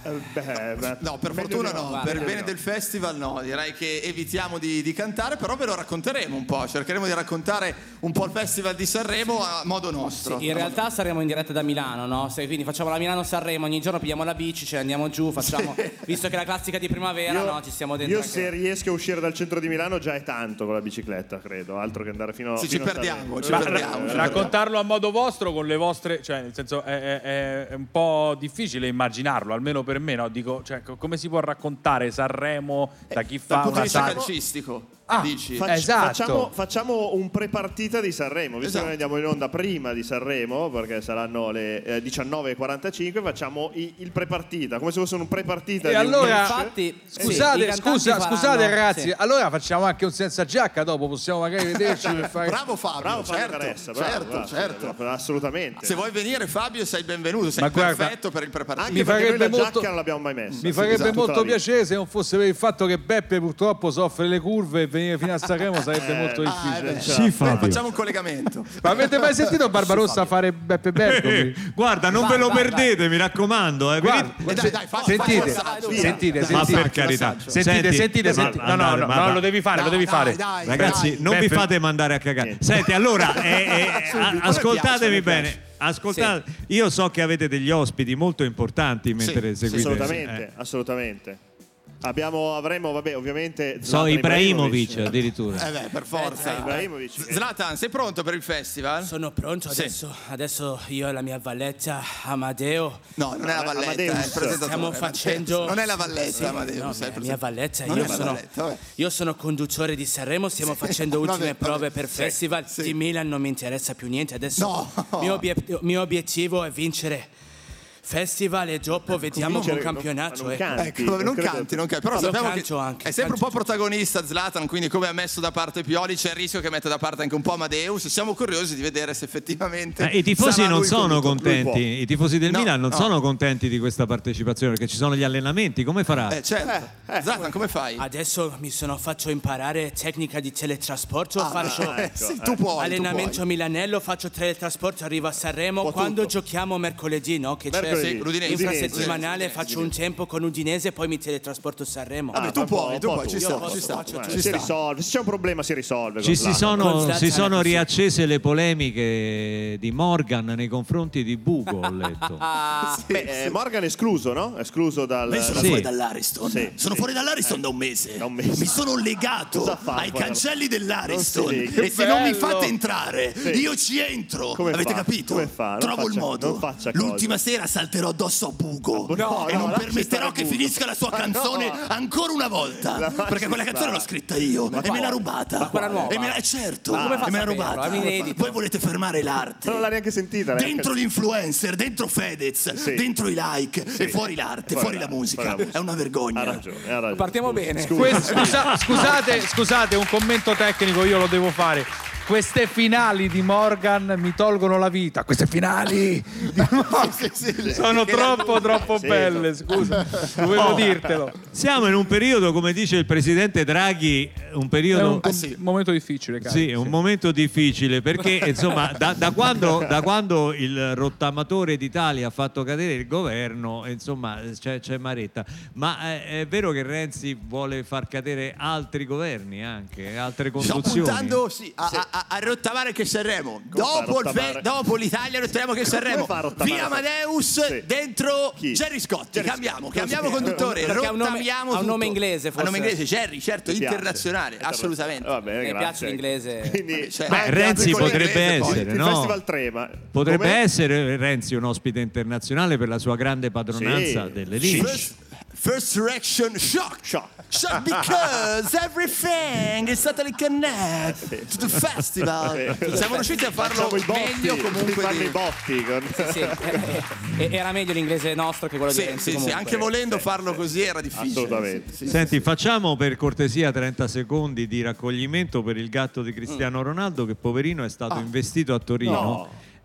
S14: Beh, beh, no, per fortuna no, no, per il bene no. del festival no, direi che evitiamo di, di cantare, però ve lo racconteremo un po', cercheremo di raccontare un po' il festival di Sanremo a modo nostro.
S15: Sì, in realtà saremo in diretta da Milano, no? Se, quindi facciamo la Milano-Sanremo, ogni giorno pigliamo la bici, ce ne andiamo giù, facciamo, sì. visto che è la classica di primavera, io, no? Ci stiamo dentro.
S16: Io
S15: anche...
S16: se riesco a uscire dal centro di Milano già è tanto con la bicicletta, credo, altro che andare fino a...
S14: Sì,
S16: fino
S14: ci
S16: a
S14: perdiamo, ci
S11: Ma
S14: perdiamo.
S11: ra- raccontarlo a modo vostro con le vostre, cioè nel senso è, è, è un po' difficile immaginarlo, almeno per me, no? Dico, cioè, come si può raccontare Sanremo da chi fa
S14: una
S11: una
S14: sala calcistico?
S11: Ah,
S14: dici?
S16: Fac-
S11: esatto.
S16: facciamo, facciamo un pre-partita di Sanremo, visto
S14: esatto.
S16: che noi andiamo in onda prima di Sanremo, perché saranno le eh, diciannove e quarantacinque, facciamo i, il pre-partita, come se fosse un pre-partita.
S11: E
S16: di
S11: allora,
S16: un
S15: infatti,
S11: scusate,
S15: sì,
S11: scusa,
S15: faranno,
S11: scusate ragazzi,
S15: sì.
S11: allora facciamo anche un senza giacca dopo, possiamo magari vederci per fare...
S14: Bravo Fabio,
S16: Bravo Fabio
S14: certo,
S16: Caressa, bravo,
S14: certo,
S16: bravo,
S14: certo.
S16: bravo, assolutamente.
S14: Se vuoi venire Fabio sei benvenuto, sei
S11: Ma guarda,
S14: perfetto per il pre-partita.
S16: Anche
S11: mi
S16: perché
S11: farebbe
S16: noi la
S11: molto-
S16: giacca non l'abbiamo mai messa.
S11: Mi farebbe
S14: esatto,
S11: molto
S16: tutta la vita.
S11: piacere se non fosse per il fatto che Beppe purtroppo soffre le curve e venire fino a Sanremo sarebbe molto
S14: Ah,
S11: difficile.
S14: beh,
S1: Sì,
S14: beh,
S1: Fabio.
S14: facciamo un collegamento.
S11: Ma avete mai sentito Barbarossa fare Beppe Bergomi?
S1: Guarda, non
S15: Vai,
S1: ve lo
S15: vai,
S1: perdete, mi raccomando. Eh.
S11: Guarda,
S1: Venite-
S14: Eh, dai, dai, fa-
S11: sentite,
S14: fa- fa-
S11: sentite,
S14: via.
S1: Ma
S11: sentite,
S1: per carità,
S11: sentite,
S1: Senti,
S11: sentite,
S1: ma-
S11: sentite. No, no,
S1: andare,
S11: no,
S1: ma-
S11: no, lo devi fare, lo
S14: No,
S11: devi
S14: dai,
S11: fare.
S14: dai,
S1: Ragazzi,
S14: dai.
S1: non vi
S11: Beppe-
S1: fate mandare a cagare. Senti, allora, eh, eh, a-
S14: Subito.
S1: ascoltatemi
S14: Mi piace, mi
S1: bene.
S14: piace.
S1: Ascoltate, io so che avete degli ospiti molto importanti mentre
S14: Sì,
S1: seguite.
S16: Assolutamente,
S1: eh.
S16: assolutamente. Abbiamo, avremo, vabbè, ovviamente
S1: So
S16: Zlatan
S1: Ibrahimovic addirittura.
S14: Eh beh, per forza.
S16: Eh, Ibrahimovic.
S14: Zlatan, sei pronto per il festival?
S15: Sono pronto
S14: Sì.
S15: adesso, adesso io e la mia valletta Amadeo.
S14: No, non è la valletta,
S16: Amadeus.
S14: è il presentatore.
S15: Stiamo facendo.
S14: Non è la valletta,
S15: Sì,
S14: Amadeus,
S15: no,
S14: è il
S15: la mia
S14: present-
S15: valletta.
S14: Non
S15: Io
S14: è la
S15: sono,
S14: valletta, vabbè.
S15: io sono conduttore di Sanremo. Stiamo facendo
S14: Vabbè,
S15: ultime
S14: vabbè.
S15: prove per
S14: Sì,
S15: festival.
S14: sì.
S15: Di Milan non mi interessa più niente. Adesso
S14: No.
S15: mio, obiet- mio obiettivo è vincere festival e dopo vediamo
S16: vincere,
S15: con campionato.
S16: non
S15: eh.
S16: canti.
S14: Ecco, vabbè, non
S16: credo-
S14: canti, non canti. Però
S15: Io
S14: sappiamo che
S15: canto anche,
S14: è sempre un po'
S15: canto.
S14: protagonista Zlatan, quindi come ha messo da parte Pioli c'è il rischio che metta da parte anche un po' Amadeus. Siamo curiosi di vedere se effettivamente
S1: Eh, I tifosi
S14: sarà
S1: non
S14: lui
S1: sono
S14: conduttore. Lui
S1: contenti,
S14: può.
S1: i tifosi del
S14: No,
S1: Milan non
S14: no.
S1: sono contenti di questa partecipazione perché ci sono gli allenamenti, come farà?
S14: Eh, certo. Zlatan, come fai?
S15: Adesso mi sono faccio imparare tecnica di teletrasporto.
S14: Ah,
S15: faccio
S14: eh, sì, tu puoi,
S15: allenamento
S14: tu
S15: a Milanello, faccio teletrasporto, arrivo a Sanremo.
S16: Può
S15: Quando
S16: tutto.
S15: giochiamo mercoledì, no? Che
S16: Mercoledì,
S15: c'è
S14: l'Udinese.
S15: infrasettimanale,
S14: Udinese,
S15: faccio un tempo con Udinese e poi mi teletrasporto a Sanremo.
S14: Vabbè,
S16: Ah,
S14: tu
S16: ma
S14: puoi,
S16: un
S14: tu
S16: po'
S14: puoi, ci
S16: tu.
S14: sta,
S16: Io
S14: ci sta.
S16: posso,
S14: ci
S16: si
S14: sta.
S16: risolve, se c'è un problema si risolve.
S1: Ci
S16: con
S1: si
S16: Zlatan.
S1: sono,
S15: Con Zlatan
S1: si sono
S15: è così.
S1: riaccese le polemiche di Morgan nei confronti di Bugo, ho letto.
S16: Beh, eh, Morgan è escluso, no? È escluso dal...
S17: Ma io sono
S16: dal-
S1: Sì.
S17: fuori dall'Ariston.
S16: Sì,
S17: sono
S16: sì.
S17: fuori dall'Ariston da un mese.
S16: Da un mese.
S17: Mi sono legato
S16: Cosa fa
S17: ai
S16: fuori
S17: cancelli
S16: dal-
S17: dell'Ariston.
S16: Non si lega.
S17: E se non mi
S11: bello.
S17: fate entrare,
S16: Sì.
S17: io ci entro.
S16: Come
S17: Avete
S16: fa?
S17: capito?
S16: Come fa? Non
S17: Trovo il
S16: faccia-
S17: modo.
S16: non faccia cose.
S17: L'ultima sera salterò addosso a Bugo.
S16: No,
S17: e
S16: no,
S17: non
S16: lasci
S17: permetterò
S16: stare
S17: che
S16: Bugo.
S17: finisca la sua
S16: Ma
S17: canzone
S16: no.
S17: ancora una volta.
S16: La lasci
S17: Perché quella canzone
S16: stare.
S17: l'ho scritta io.
S16: Ma
S17: e me l'ha
S16: quale?
S17: rubata.
S15: Ma quella nuova?
S17: E me l'ha, certo.
S15: Ma come fa
S17: e me l'ha
S15: a saperlo?
S17: rubata.
S15: È un inedito.
S17: Voi volete fermare l'arte.
S16: Non l'ha neanche sentita. neanche-
S17: Dentro l'influencer, dentro Fedez,
S16: Sì.
S17: dentro i like e fuori l'arte,
S16: Fuori
S17: fuori,
S16: l'arte,
S17: la musica.
S16: fuori la musica.
S17: È una vergogna.
S16: Ha ragione, ha ragione.
S15: Partiamo bene.
S16: Scusa.
S11: Que- scusa- scusate, scusate, un commento tecnico io lo devo fare. Queste finali di Morgan mi tolgono la vita. Queste finali di Morgan
S14: Sì, sì, sì.
S11: sono troppo troppo
S16: Sì,
S11: belle, scusa. Dovevo
S1: Oh.
S11: dirtelo.
S1: Siamo in un periodo, come dice il presidente Draghi, un
S11: È
S1: periodo...
S11: un com- momento difficile, caro.
S1: Sì, è un momento difficile perché insomma da, da quando, da quando il rottamatore d'Italia ha fatto cadere il governo insomma c'è, c'è Maretta, ma è, è vero che Renzi vuole far cadere altri governi anche, altre
S14: Sto
S1: conduzioni?
S14: puntando sì, a, a, a, a rottamare che Sanremo.
S16: Come fa a
S14: Dopo, il fe-
S16: rottamare?
S14: dopo l'Italia rotteremo che Sanremo.
S16: Come fa a rottamare?
S14: Via Amadeus,
S16: Sì.
S14: dentro
S16: Chi?
S14: Gerry Scotti.
S16: Gerry
S14: cambiamo,
S16: Scotti.
S14: cambiamo
S16: Sì.
S14: conduttore.
S15: Perché ha un nome-
S14: rottamiamo
S15: ha un
S14: tutto.
S15: nome inglese,
S14: Ha un nome
S15: forse.
S14: inglese, Gerry, certo,
S16: Mi piace.
S14: internazionale, assolutamente.
S16: Va bene,
S15: Mi
S16: grazie.
S15: piace l'inglese.
S16: Quindi,
S14: Cioè,
S1: Beh,
S14: anche
S1: Renzi
S14: con
S1: potrebbe
S14: l'inglese, poi.
S1: essere,
S16: il
S1: no?
S16: Festival Trema.
S1: Potrebbe
S16: Come?
S1: essere Renzi un ospite internazionale per la sua grande padronanza
S16: Sì.
S1: delle linee.
S14: First, first reaction shock.
S16: Shock.
S14: Shock because everything is totally connected to the festival.
S16: Sì.
S14: Siamo riusciti a farlo
S16: Facciamo i botti,
S14: meglio comunque
S16: fanno
S14: di...
S16: i botti con...
S15: Sì, eh, eh, era meglio l'inglese nostro che quello di
S14: Sì,
S15: Renzi
S14: sì, sì,
S15: comunque.
S14: anche volendo farlo così era difficile.
S16: Assolutamente.
S14: Sì, sì,
S1: Senti, facciamo per cortesia trenta secondi di raccoglimento per il gatto di Cristiano Ronaldo che poverino è stato investito a Torino.
S16: No.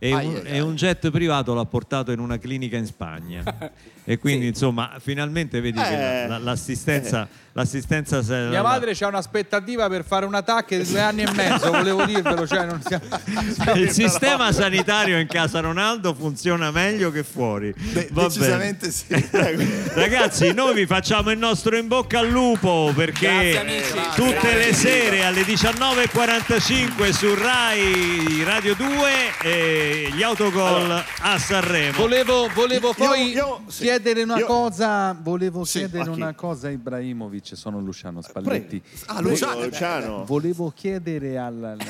S1: e,
S14: Ai,
S1: un,
S14: ai,
S1: e un jet privato l'ha portato in una clinica in Spagna. E quindi insomma finalmente vedi che
S11: Eh.
S1: la- l'assistenza, l'assistenza se-
S11: Mia
S1: la-
S11: madre c'ha un'aspettativa per fare un attacco di due anni e mezzo, volevo dirvelo, cioè non siamo...
S1: il sistema sanitario in casa Ronaldo funziona meglio che fuori. Va
S14: decisamente
S1: bene. Ragazzi, noi vi facciamo il nostro in bocca al lupo perché
S15: Grazie, amici.
S1: tutte
S15: Grazie,
S1: le
S15: amici.
S1: sere alle diciannove e quarantacinque su Rai Radio due e gli autogol
S11: Allora,
S1: a Sanremo.
S11: Volevo, volevo
S1: Io-
S11: poi
S1: io- sì.
S11: chiedere una
S1: Io-
S11: cosa, volevo
S1: Sì,
S11: chiedere
S1: a chi?
S11: una cosa a Ibrahimovic, sono Luciano Spalletti.
S14: Ah, Luciano.
S16: Luciano.
S11: Volevo chiedere al, al,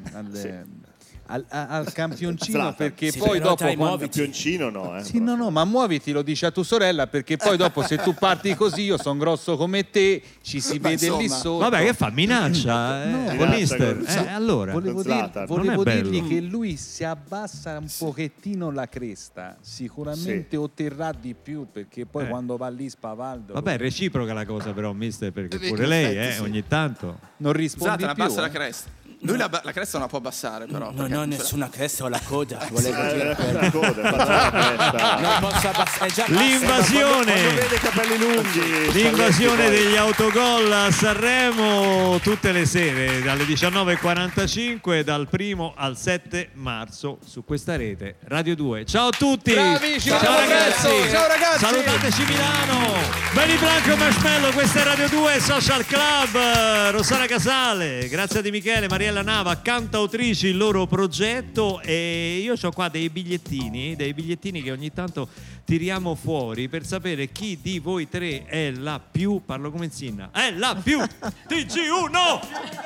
S11: al- al- a- al campioncino
S16: Zlatan.
S11: perché
S16: Sì,
S11: poi
S16: però
S11: dopo
S16: dai,
S11: quando...
S16: muoviti. Campioncino no, eh.
S11: Sì, no, no, ma muoviti, lo dici a tua sorella perché poi dopo se tu parti così, io sono grosso come te, ci si
S14: Ma
S11: vede lì
S14: insomma.
S11: sotto.
S1: Vabbè, che fa? Minaccia eh,
S11: No,
S1: con
S11: minaccia
S1: l'Inter.
S11: con-
S1: Eh, allora,
S11: volevo,
S1: con
S11: dir-
S1: Zlatan.
S11: volevo
S1: Non è bello.
S11: dirgli che lui si abbassa un pochettino la cresta, sicuramente otterrà di più perché poi
S1: Eh.
S11: quando va lì spavaldo.
S1: Vabbè, è reciproca la cosa però, mister, perché
S14: Eh,
S1: pure
S14: in
S1: lei,
S14: effetti,
S1: eh,
S14: sì.
S1: ogni tanto.
S11: Non rispondi
S14: Zlatan
S11: più.
S14: abbassa la
S11: eh.
S14: cresta. Lui la, la cresta non la può abbassare però.
S15: Non
S14: perché
S15: ho
S14: ce l'ha.
S15: nessuna cresta, ho la coda. Volevo
S16: Eh,
S15: dire
S16: la coda, faccia la cresta.
S15: non posso abbassare. È già bassa.
S1: L'invasione,
S16: Quando vede i capelli lunghi.
S1: l'invasione
S16: Spalletti, poi.
S1: degli autogol a Sanremo tutte le sere dalle diciannove e quarantacinque dal primo al sette marzo su questa rete Radio due. Ciao a tutti.
S11: Bravi, ci
S1: ciao,
S11: vediamo
S1: ragazzi.
S11: presto. Ciao, ragazzi.
S1: Salutateci Milano. Benny Blanco Marshmallow, questa è Radio due Social Club. Rossana Casale, Grazia Di Michele, Mariella Nava, cantautrici, il loro progetto, e io ho qua dei bigliettini, dei bigliettini che ogni tanto tiriamo fuori per sapere chi di voi tre è la più, parlo come Zinna, è la più T G uno.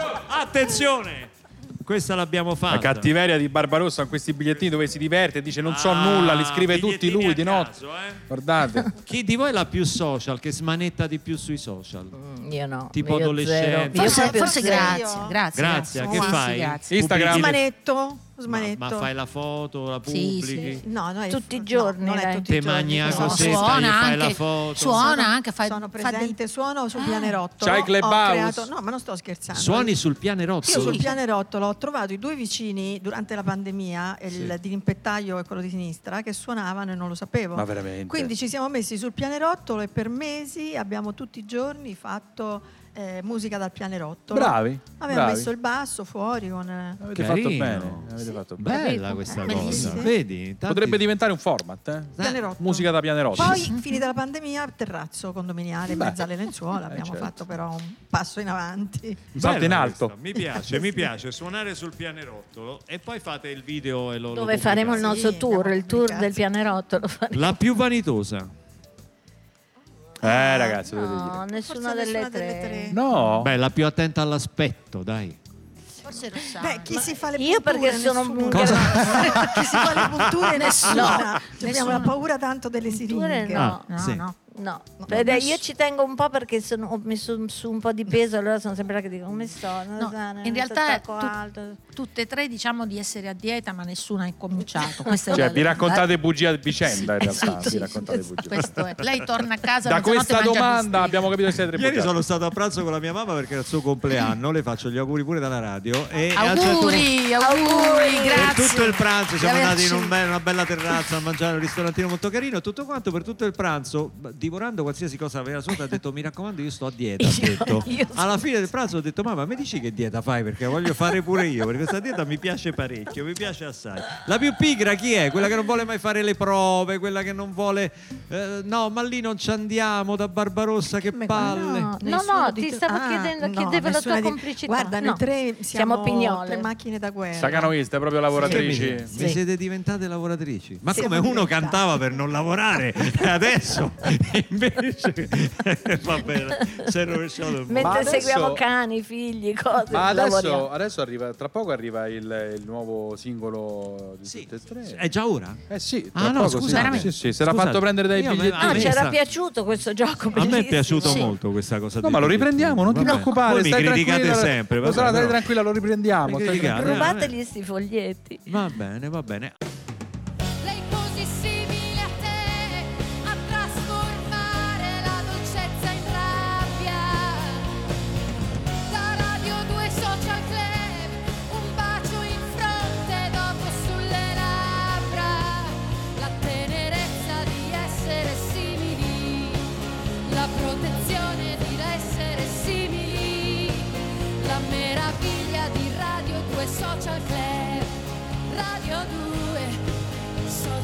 S1: Attenzione! Questa l'abbiamo fatta.
S11: La cattiveria di Barbarossa con questi bigliettini dove si diverte, dice non so
S1: Ah,
S11: nulla, li scrive tutti
S1: bigliettini
S11: lui
S1: a
S11: di notte.
S1: caso, eh.
S11: Guardate.
S1: Chi di voi è la più social, che smanetta di più sui social?
S8: Io no.
S1: Tipo
S8: io
S1: adolescente.
S8: zero. Io
S10: Forse,
S8: proprio
S10: forse
S8: zero.
S10: grazie, grazie.
S1: Grazia, che
S10: Sì,
S1: fai?
S10: grazie.
S11: Instagram.
S1: Pubblichi le-
S10: Smanetto,
S1: Ma,
S10: smanetto.
S1: ma fai la foto, la
S10: Sì,
S1: pubblichi?
S10: sì. No, no, è-
S8: Tutti i
S10: no,
S8: giorni,
S10: non è
S8: dai.
S10: tutti i
S1: Te
S10: giorni.
S1: mangi a
S10: No,
S1: cosetta,
S10: suona
S1: gli fai la
S10: anche,
S1: foto.
S10: suona
S1: Sono-
S10: anche, fai,
S8: sono
S10: fa
S8: presente,
S10: dei- suono sul pianerottolo.
S11: C'hai
S10: Ho
S11: Clubhouse?
S10: creato- no, ma non sto scherzando.
S1: Suoni sul pianerottolo?
S10: Io sul pianerottolo ho trovato i due vicini durante la pandemia, il dirimpettaio e quello di sinistra, che suonavano e non lo sapevo.
S11: Ma veramente?
S10: Quindi ci siamo messi sul pianerottolo e per mesi abbiamo tutti i giorni fatto eh, musica dal pianerottolo.
S11: Bravi,
S10: Abbiamo
S11: bravi.
S10: messo il basso fuori con... eh,
S11: Avete
S1: Carino.
S11: fatto bene. Avete fatto bene.
S1: Bella questa cosa.
S10: Bellissimo.
S1: Vedi? Tanti-
S11: Potrebbe diventare un format, eh?
S10: Pianerottolo.
S11: Musica da pianerottolo.
S10: Poi, finita la pandemia, terrazzo condominiale in
S11: Beh.
S10: mezzo alle lenzuola.
S11: Eh,
S10: Abbiamo
S11: certo.
S10: fatto però un passo in avanti.
S11: Un salto in
S1: Bella
S11: alto.
S1: questa, Mi piace, mi piace suonare sul pianerottolo e poi fate il video e lo lo
S8: Dove faremo il
S1: pubblicate.
S8: nostro
S10: Sì,
S8: tour,
S10: andiamo
S8: il
S10: a
S8: tour
S10: pubblicare.
S8: del pianerottolo.
S1: La più vanitosa.
S11: Eh, ragazzi, dovete
S8: No,
S11: dire.
S8: nessuna
S10: Forse
S8: delle
S10: nessuna delle
S8: tre.
S10: tre.
S11: No.
S1: Beh, la più attenta all'aspetto, dai.
S9: Forse Rossana.
S10: Beh, chi si fa le
S8: Io
S10: punture?
S8: perché sono
S10: Nessuno.
S8: un
S10: Chi si fa le punture? Nessuna.
S8: No,
S10: Abbiamo
S8: nessuna.
S10: la paura tanto delle
S8: Punture
S10: siringhe.
S8: no.
S1: Ah, sì.
S10: no.
S8: No,
S10: No,
S8: Vede,
S10: ness-
S8: io ci tengo un po' perché sono- ho messo su un po' di peso, allora sono sempre là che dico come sto.
S9: No,
S8: Non
S9: in realtà
S8: tacco
S9: tu-
S8: alto.
S9: tutte e tre diciamo di essere a dieta, ma nessuno ha incominciato. Questo è
S11: Cioè,
S9: il-
S11: vi raccontate bugie a vicenda in
S9: Eh,
S11: realtà.
S9: sì,
S11: Vi
S9: sì,
S11: raccontate
S9: sì,
S11: bugie.
S9: questo è. Lei torna a casa
S11: Da
S9: mezzanotte
S11: questa
S9: mangia
S11: domanda
S9: bistecche.
S11: abbiamo capito che siete tre
S1: Ieri
S11: bugiardi.
S1: sono stato a pranzo con la mia mamma perché era il suo compleanno, le faccio gli auguri pure dalla radio. E a un certo
S9: Auguri, auguri,
S1: Per
S9: grazie.
S1: tutto il pranzo siamo
S9: Di
S1: andati in
S9: averci-
S1: un be- una bella terrazza a mangiare un ristorantino molto carino e tutto quanto per tutto il pranzo, b- divorando qualsiasi cosa aveva sotto, ha detto mi raccomando io sto a dieta. Ha detto.
S8: io
S1: Alla fine del pranzo ho detto mamma mi dici che dieta fai perché voglio fare pure io perché questa dieta mi piace parecchio, mi piace assai. La più pigra chi è? Quella che non vuole mai fare le prove, quella che non vuole eh, no ma lì non ci andiamo da Barbarossa che palle.
S8: No, no,
S10: Nessuno
S8: no,
S10: di
S8: ti
S10: tu-
S8: stavo
S10: Ah,
S8: chiedendo,
S10: no,
S8: chiedevo la
S10: nessuna
S8: tua
S10: di-
S8: complicità.
S10: Guarda,
S8: No.
S10: noi tre siamo,
S8: Siamo pignole.
S10: tre macchine da guerra.
S11: Staccanoviste, proprio
S1: Che
S11: lavoratrici.
S1: mi, mi siete diventate lavoratrici. Ma
S10: Siamo
S1: come uno
S10: diventate.
S1: cantava per non lavorare adesso invece va bene, si è rovesciato il mondo.
S8: Mentre
S11: Ma adesso-
S8: seguiamo cani, figli, cose.
S11: Ma adesso,
S8: lavoriamo.
S11: adesso arriva, tra poco arriva il, il nuovo singolo di
S1: Sì.
S11: tutte e tre.
S1: È già ora?
S11: Eh sì,
S1: Ah,
S11: tra
S1: no,
S11: poco,
S1: scusate.
S11: sì. Sì, sì, si era
S1: Scusate.
S11: fatto prendere dai
S1: Io me-
S11: biglietti.
S1: a
S8: No,
S1: me
S8: c'era
S1: sta-
S8: piaciuto questo gioco.
S1: A me è
S8: bellissimo.
S1: piaciuto
S8: Sì.
S1: molto questa cosa.
S11: No,
S1: dei
S11: ma lo
S1: biglietti.
S11: riprendiamo, non ti
S1: Vabbè.
S11: preoccupare.
S1: Voi mi
S11: stai
S1: criticate
S11: tranquilla.
S1: sempre.
S11: Lo
S1: vabbè,
S11: sarà, stai
S1: no.
S11: tranquilla, lo riprendiamo.
S1: Mi
S11: stai
S1: criticate.
S11: tranquilla.
S8: Rubategli sti foglietti.
S1: Va bene, va bene.
S6: Lei così simile a te, a trasformare la dolcezza in rabbia. Da Radio due Social Club, un bacio in fronte, dopo sulle labbra.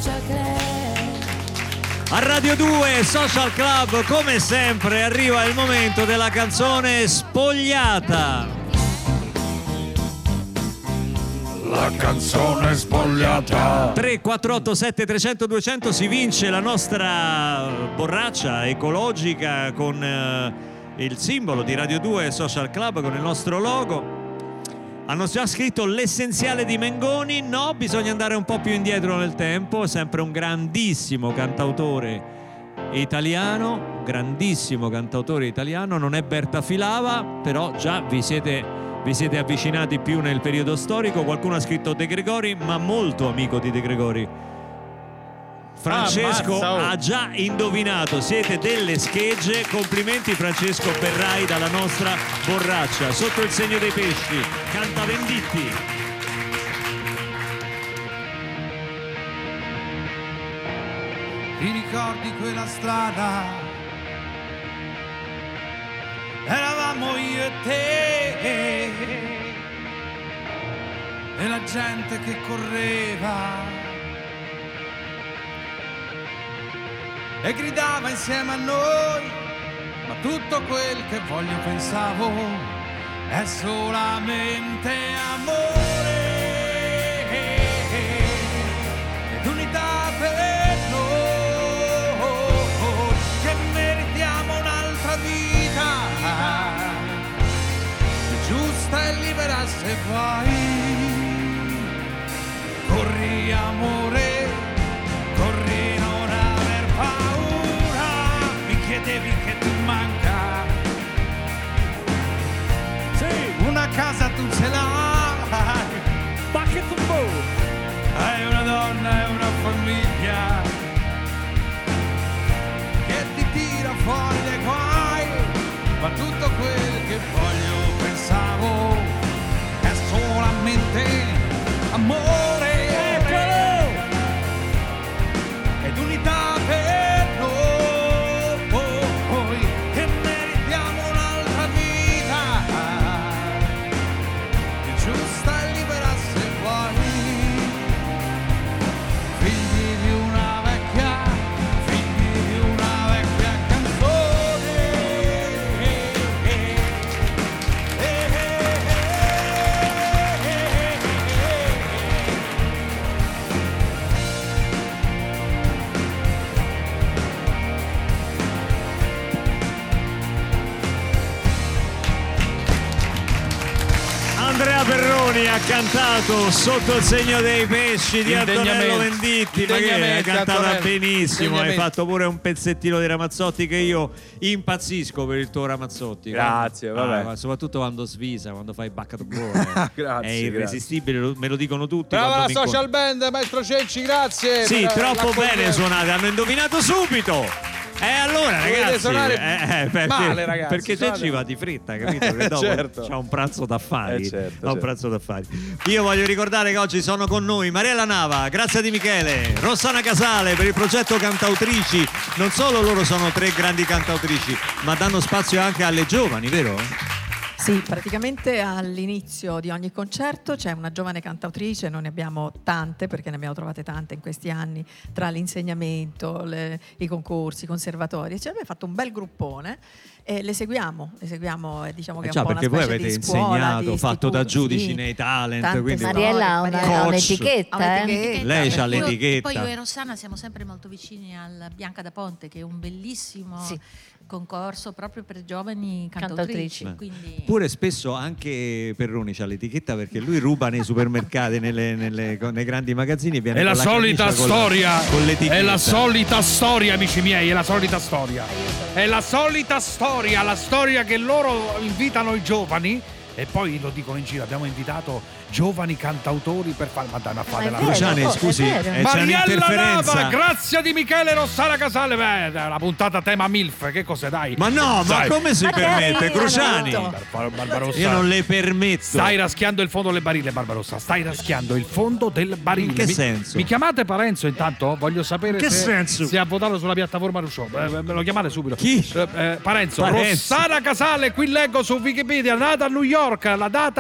S6: Social Club.
S1: A Radio due Social Club, come sempre, arriva il momento della canzone spogliata.
S5: La canzone spogliata.
S1: tre quattro otto sette trecento duecento si vince la nostra borraccia ecologica con eh, il simbolo di Radio due Social Club, con il nostro logo. Hanno già scritto l'essenziale di Mengoni. No, bisogna andare un po' più indietro nel tempo. Sempre un grandissimo cantautore italiano, grandissimo cantautore italiano. Non è Berta Filava, però già vi siete, vi siete avvicinati più nel periodo storico. Qualcuno ha scritto De Gregori, ma molto amico di De Gregori. Francesco
S11: Ah, mazza, oh.
S1: ha già indovinato, siete delle schegge. Complimenti Francesco Berrai dalla nostra borraccia. Sotto il segno dei pesci, canta Venditti.
S5: Ti ricordi quella strada? Eravamo io e te e la gente che correva e gridava insieme a noi, ma tutto quel che voglio pensavo è solamente amore ed unità per noi, che meritiamo un'altra vita giusta e libera. Se vuoi corri amore, corri, non aver paura, mi chiedevi che ti manca. Sì, una casa tu ce l'hai, bucket of both. Hai una donna e una famiglia che ti tira fuori dai guai, ma tutto quel che voglio pensavo è solamente amore ed unità per noi, che meritiamo un'altra vita giusta e libera. Se vuoi figli di una vecchia, figli di una vecchia canzone.
S1: Andrea Perroni ha cantato Sotto il segno dei pesci di Antonello Venditti, ma che hai cantata benissimo, hai fatto pure un pezzettino di Ramazzotti che io impazzisco per il tuo Ramazzotti.
S11: Grazie,
S1: quando,
S11: vabbè.
S1: ah, soprattutto quando svisa, quando fai bacca to buone.
S11: Grazie,
S1: è irresistibile, lo- me lo dicono tutti.
S11: Brava
S1: quando
S11: la
S1: mi
S11: social
S1: incontro.
S11: band, maestro Cenci, grazie.
S1: Sì,
S11: per
S1: troppo
S11: l'accoglienza.
S1: bene suonate, hanno indovinato subito. E allora
S11: Dovete
S1: ragazzi,
S11: suonare
S1: eh, eh, perché,
S11: male, ragazzi,
S1: perché te
S11: suonate-
S1: ci va di fretta, capito? Che dopo
S11: Certo.
S1: c'ha un pranzo d'affari.
S11: Eh, certo,
S1: ha un
S11: certo.
S1: pranzo d'affari. Io voglio ricordare che oggi sono con noi Mariella Nava, Grazia Di Michele, Rossana Casale per il progetto Cantautrici. Non solo loro sono tre grandi cantautrici, ma danno spazio anche alle giovani, vero?
S10: Sì, praticamente all'inizio di ogni concerto c'è una giovane cantautrice, noi ne abbiamo tante perché ne abbiamo trovate tante in questi anni, tra l'insegnamento, le- i concorsi, i conservatori, cioè abbiamo fatto un bel gruppone e le seguiamo, le seguiamo e diciamo che
S1: Eh
S10: è
S1: già,
S10: un po'
S1: perché
S10: una
S1: voi
S10: specie
S1: avete
S10: di scuola,
S1: insegnato,
S10: di
S1: fatto da
S10: istituto,
S1: giudici
S10: sì.
S1: nei talent,
S10: Tante
S1: quindi
S8: Mariella ha una-
S1: Coach.
S8: ha un'etichetta,
S10: Ha
S8: eh.
S10: un'etichetta.
S1: Lei c'ha
S10: Per cui-
S1: l'etichetta.
S18: Poi io e Rossana siamo sempre molto vicini al Bianca da Ponte, che è un bellissimo concorso proprio per giovani cantautrici.
S1: Beh.
S18: Quindi
S1: Pure spesso anche Perroni c'ha l'etichetta perché lui ruba nei supermercati, nelle, nelle- nei grandi magazzini e viene
S2: È la
S1: con
S2: solita
S1: camicia con la-
S2: storia,
S1: con l'etichetta.
S2: è la solita storia, amici miei, è la solita storia. È la solita storia, la storia che loro invitano i giovani e poi lo dicono in giro, abbiamo invitato giovani cantautori per fare ma dai, ma fate la
S1: Cruciani, scusi, eh, c'è
S2: Mariella
S1: un'interferenza.
S2: Nava, Grazia Di Michele, Rossana Casale, beh, la puntata tema MILF, che cos'è dai?
S1: Ma no, ma
S2: Dai.
S1: come si permette, Cruciani?
S2: Bar- Barbarossa.
S1: Io non le permetto.
S2: Stai raschiando il fondo del barile, Barbarossa. Stai raschiando il fondo del barile.
S1: In che
S2: Mi-
S1: senso?
S2: Mi chiamate Parenzo intanto? Voglio sapere
S1: In che
S2: se,
S1: senso?
S2: se ha votato sulla piattaforma Rusciò. Eh, me lo chiamate subito.
S1: Chi?
S2: Eh, eh, Parenzo.
S1: Parenzo.
S2: Rossana Casale, qui leggo su Wikipedia, nata a New York, la data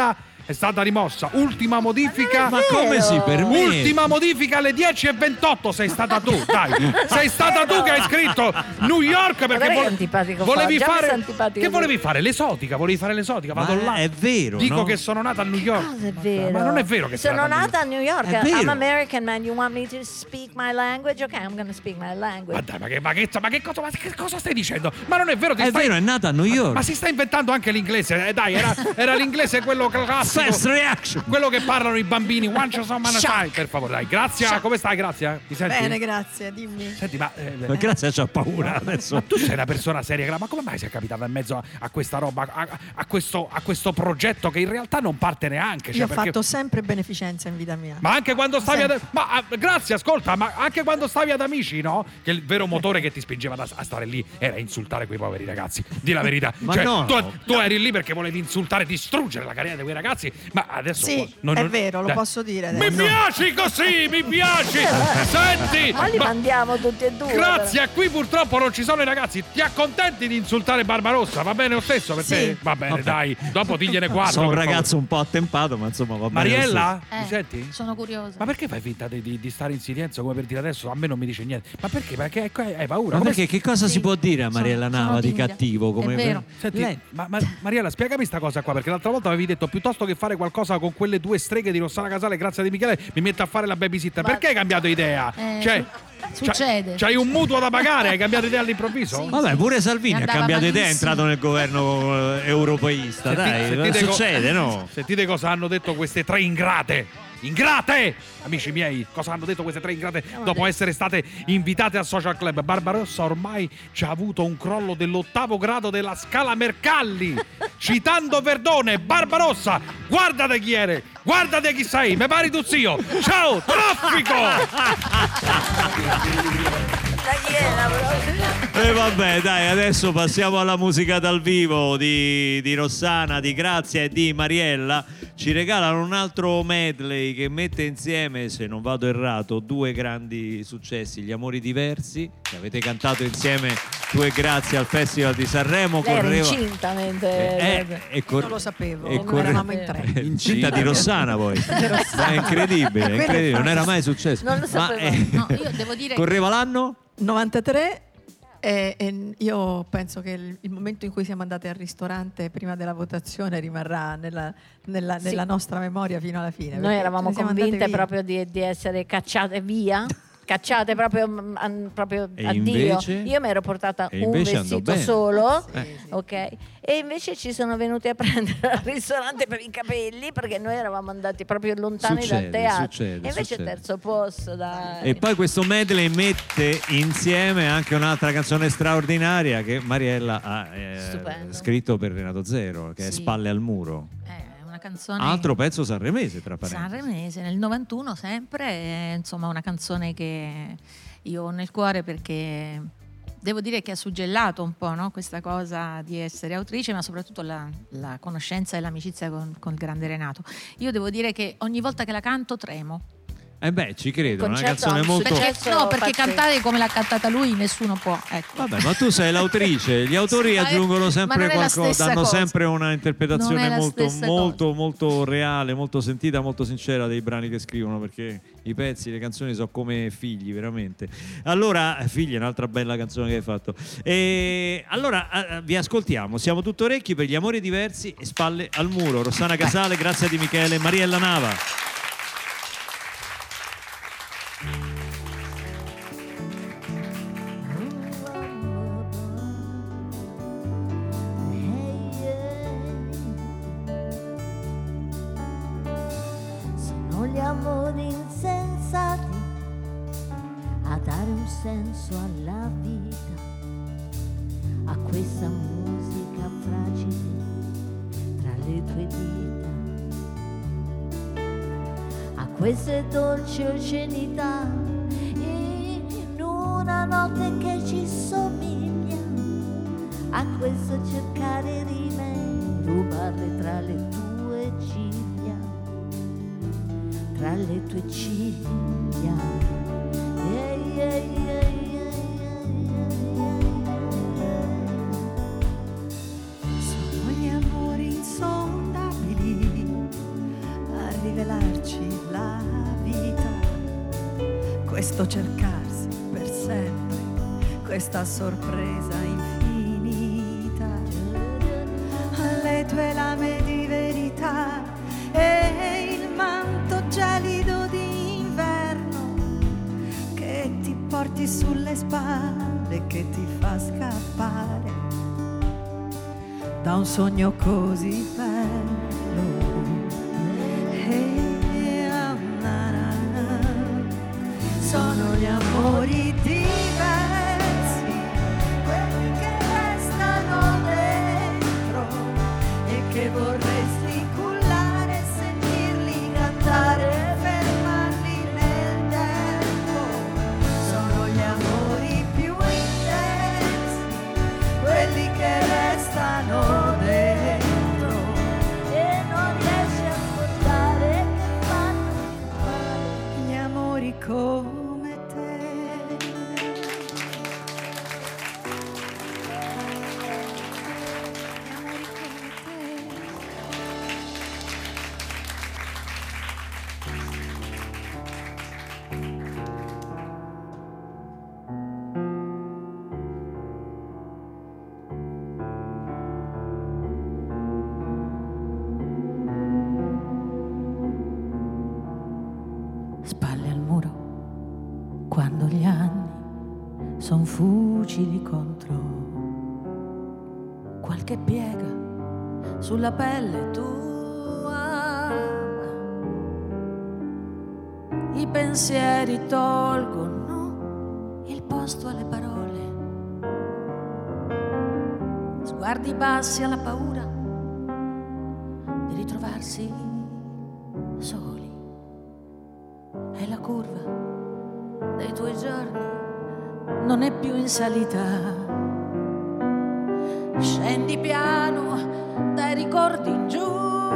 S2: è stata rimossa. Ultima modifica.
S1: Ma come si permette?
S2: Ultima modifica alle dieci e ventotto. Sei stata tu, dai. Sei stata tu che hai scritto New York perché
S8: Guarda che
S2: vo-
S8: antipatico
S2: volevi
S8: fa, già mi
S2: fare.
S8: sta antipatico
S2: Che volevi
S8: lui.
S2: fare? L'esotica, volevi fare l'esotica. Vado
S1: Ma
S2: là.
S1: è vero,
S2: Dico
S1: no?
S2: che sono nata a New York.
S8: Cosa è vero?
S2: Ma non è vero che sei
S8: sono
S2: nata a New
S8: nata a New York.
S1: È vero.
S8: I'm American, man. You want me to speak my language? Okay, I'm gonna speak my language.
S2: Ma dai, ma che, ma che, ma che cosa, ma che cosa stai dicendo? Ma non è vero, ti
S1: È
S2: stai...
S1: vero, è nata a New York.
S2: Ma, ma si sta inventando anche l'inglese. Eh, dai, era, era l'inglese quello classico.
S1: Fast reaction.
S2: Quello che parlano i bambini. One shot on my side, per favore, dai. Grazia, come stai, Grazia? Ti senti?
S10: Bene, grazie, dimmi.
S2: Senti, ma, eh,
S1: Ma grazie, c'ha paura adesso.
S2: ma tu sei una persona seria, ma come mai sei capitata in mezzo a, a questa roba, a, a questo, a questo progetto che in realtà non parte neanche? Cioè,
S10: Io ho
S2: perché-
S10: fatto sempre beneficenza in vita mia.
S2: Ma anche quando stavi ad...
S10: Sempre.
S2: Ma ah, grazie, ascolta, ma anche quando stavi ad Amici, no? Che il vero motore che ti spingeva da- a stare lì era insultare quei poveri ragazzi. Di la verità.
S1: Ma
S2: cioè,
S1: no.
S2: tu, tu eri lì perché volevi insultare, distruggere la carriera di quei ragazzi. Ma adesso
S10: Sì,
S2: non-
S10: è
S2: non-
S10: vero, lo
S2: dai.
S10: posso dire
S2: Mi
S10: adesso.
S2: piaci così, mi piaci. Senti,
S8: Ma li
S2: ma-
S8: mandiamo tutti e due.
S2: grazie, qui purtroppo non ci sono i ragazzi. Ti accontenti di insultare Barbarossa? Va bene lo stesso per
S10: Sì.
S2: te? Va bene,
S1: Vabbè.
S2: dai. Dopo digliene quattro.
S1: Sono un
S2: per favore.
S1: ragazzo un po' attempato, ma insomma va bene.
S2: Mariella?
S18: Eh,
S2: Mi senti?
S18: Sono curiosa.
S2: Ma perché fai finta di, di- di stare in silenzio come per dire adesso? A me non mi dice niente. Ma perché? Perché hai, hai paura?
S1: Ma
S2: Come
S1: perché che cosa si può dire a Mariella
S18: sono
S1: Nava di
S18: timida.
S1: cattivo? Come
S18: È vero.
S2: Senti,
S1: Lei-
S2: ma, ma- Mariella, spiegami sta cosa qua, perché l'altra volta avevi detto piuttosto che fare qualcosa con quelle due streghe di Rossana Casale, grazie di Michele, mi metto a fare la babysitter.
S8: Ma-
S2: Perché hai cambiato idea?
S18: Eh,
S2: cioè,
S18: succede.
S2: c'hai, c'hai un mutuo da pagare, hai cambiato idea all'improvviso?
S18: Sì.
S1: Vabbè, pure Salvini
S18: Mi
S1: ha
S18: andava
S1: cambiato idea, è
S18: malissimo.
S1: entrato nel governo eh, europeista.
S2: Senti-
S1: Dai,
S2: sentite co-
S1: succede, no?
S2: Sentite cosa hanno detto queste tre ingrate. Ingrate! Amici miei, cosa hanno detto queste tre ingrate dopo essere state invitate al social club? Barbarossa ormai ci ha avuto un crollo dell'ottavo grado della scala Mercalli. Citando Verdone, Barbarossa, guardate chi eri, guardate chi sei, mi pari tu zio. Ciao, traffico!
S1: E vabbè, dai, adesso passiamo alla musica dal vivo di, di Rossana, di Grazia e di Mariella. Ci regalano un altro medley che mette insieme, se non vado errato, due grandi successi, Gli amori diversi, che avete cantato insieme tu e Grazia al Festival di Sanremo.
S8: Lei era
S1: correva-
S8: incinta mentre...
S1: Eh, e cor-
S10: Non lo sapevo,
S1: e corre-
S10: eravamo in tre.
S1: Incinta di Rossana poi. Ma è incredibile, è incredibile, non era mai successo.
S8: Non lo
S1: Ma,
S8: sapevo.
S1: eh,
S18: No, io devo dire
S1: correva l'anno?
S10: novantatré e, e io penso che il, il momento in cui siamo andati al ristorante prima della votazione rimarrà nella, nella-
S8: Sì.
S10: nella nostra memoria fino alla fine.
S8: Noi
S10: perché
S8: eravamo
S10: ce ne siamo andate
S8: convinte
S10: via.
S8: proprio di, di essere cacciate via. Cacciate proprio, mm, an- proprio
S1: E
S8: addio.
S1: invece?
S8: Io mi ero portata
S1: E
S8: un
S1: invece andò
S8: vestito
S1: bene.
S8: solo,
S1: Eh.
S8: ok? E invece ci sono venuti a prendere al ristorante per i capelli perché noi eravamo andati proprio lontani
S1: Succede,
S8: dal teatro.
S1: succede,
S8: e invece
S1: succede.
S8: terzo posto, dai.
S1: E poi questo medley mette insieme anche un'altra canzone straordinaria che Mariella ha eh,
S18: Stupendo.
S1: scritto per Renato Zero, che è
S18: Sì.
S1: Spalle al muro.
S18: è una canzone
S1: Altro pezzo sanremese, tra parentesi.
S18: sanremese nel novantuno sempre, è, insomma una canzone che io ho nel cuore perché devo dire che ha suggellato un po', no, questa cosa di essere autrice, ma soprattutto la, la conoscenza e l'amicizia con, con il grande Renato. Io devo dire che ogni volta che la canto tremo.
S1: Eh beh, ci credo, è una
S8: Concerto
S1: canzone
S8: anche-
S1: molto...
S18: Perché, no, perché
S8: pazzesco.
S18: cantare come l'ha cantata lui nessuno può. Ecco.
S1: Vabbè, ma tu sei l'autrice, gli autori
S18: Sì, ma è-
S1: aggiungono
S18: ma
S1: sempre
S18: non è la
S1: qualcosa,
S18: stessa
S1: danno
S18: cosa.
S1: sempre una
S18: Non
S1: interpretazione
S18: è la
S1: molto,
S18: stessa
S1: molto, molto reale, molto sentita, molto sincera dei brani che scrivono, perché i pezzi, le canzoni sono come figli, veramente. Allora, figli è un'altra bella canzone che hai fatto. E allora eh, vi ascoltiamo, siamo tutto orecchi per Gli amori diversi e Spalle al muro. Rossana Casale, Grazia Di Michele, Mariella Nava.
S6: Sono gli amori insensati a dare un senso alla vita, a questa musica fragile tra le tue dita, a queste dolci oscenità in una notte che ci somiglia, a questo cercare rime, rubarle tra le tue ciglia, tra le tue ciglia. Yeah, yeah, yeah, yeah, yeah, yeah. Sono gli amori insondabili
S9: questa sorpresa infinita, le tue lame di verità e il manto gelido d'inverno che ti porti sulle spalle, che ti fa scappare da un sogno così bello. E, ah, na, na, na. Sono gli amori diversi, quelli che restano dentro e che vorresti cullare, sentirli cantare, fermarli nel tempo. Sono gli amori più intensi, quelli che restano dentro e non riesci a scordare che fanno male. Gli amori come
S6: spalle al muro quando gli anni son fucili contro qualche piega sulla pelle tua, i pensieri tolgono il posto alle parole, sguardi bassi alla paura di ritrovarsi soli. E la curva dei tuoi giorni non è più in salita. Scendi piano dai ricordi in giù.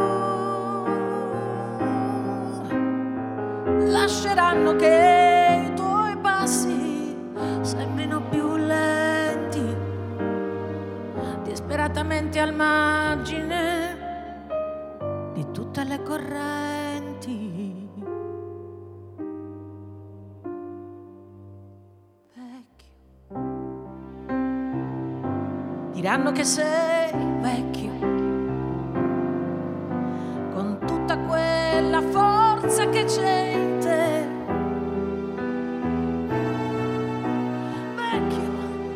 S6: Lasceranno che i tuoi passi sembrino più lenti, disperatamente al margine di tutte le correnti. Diranno che sei vecchio, con tutta quella forza che c'è in te. Vecchio,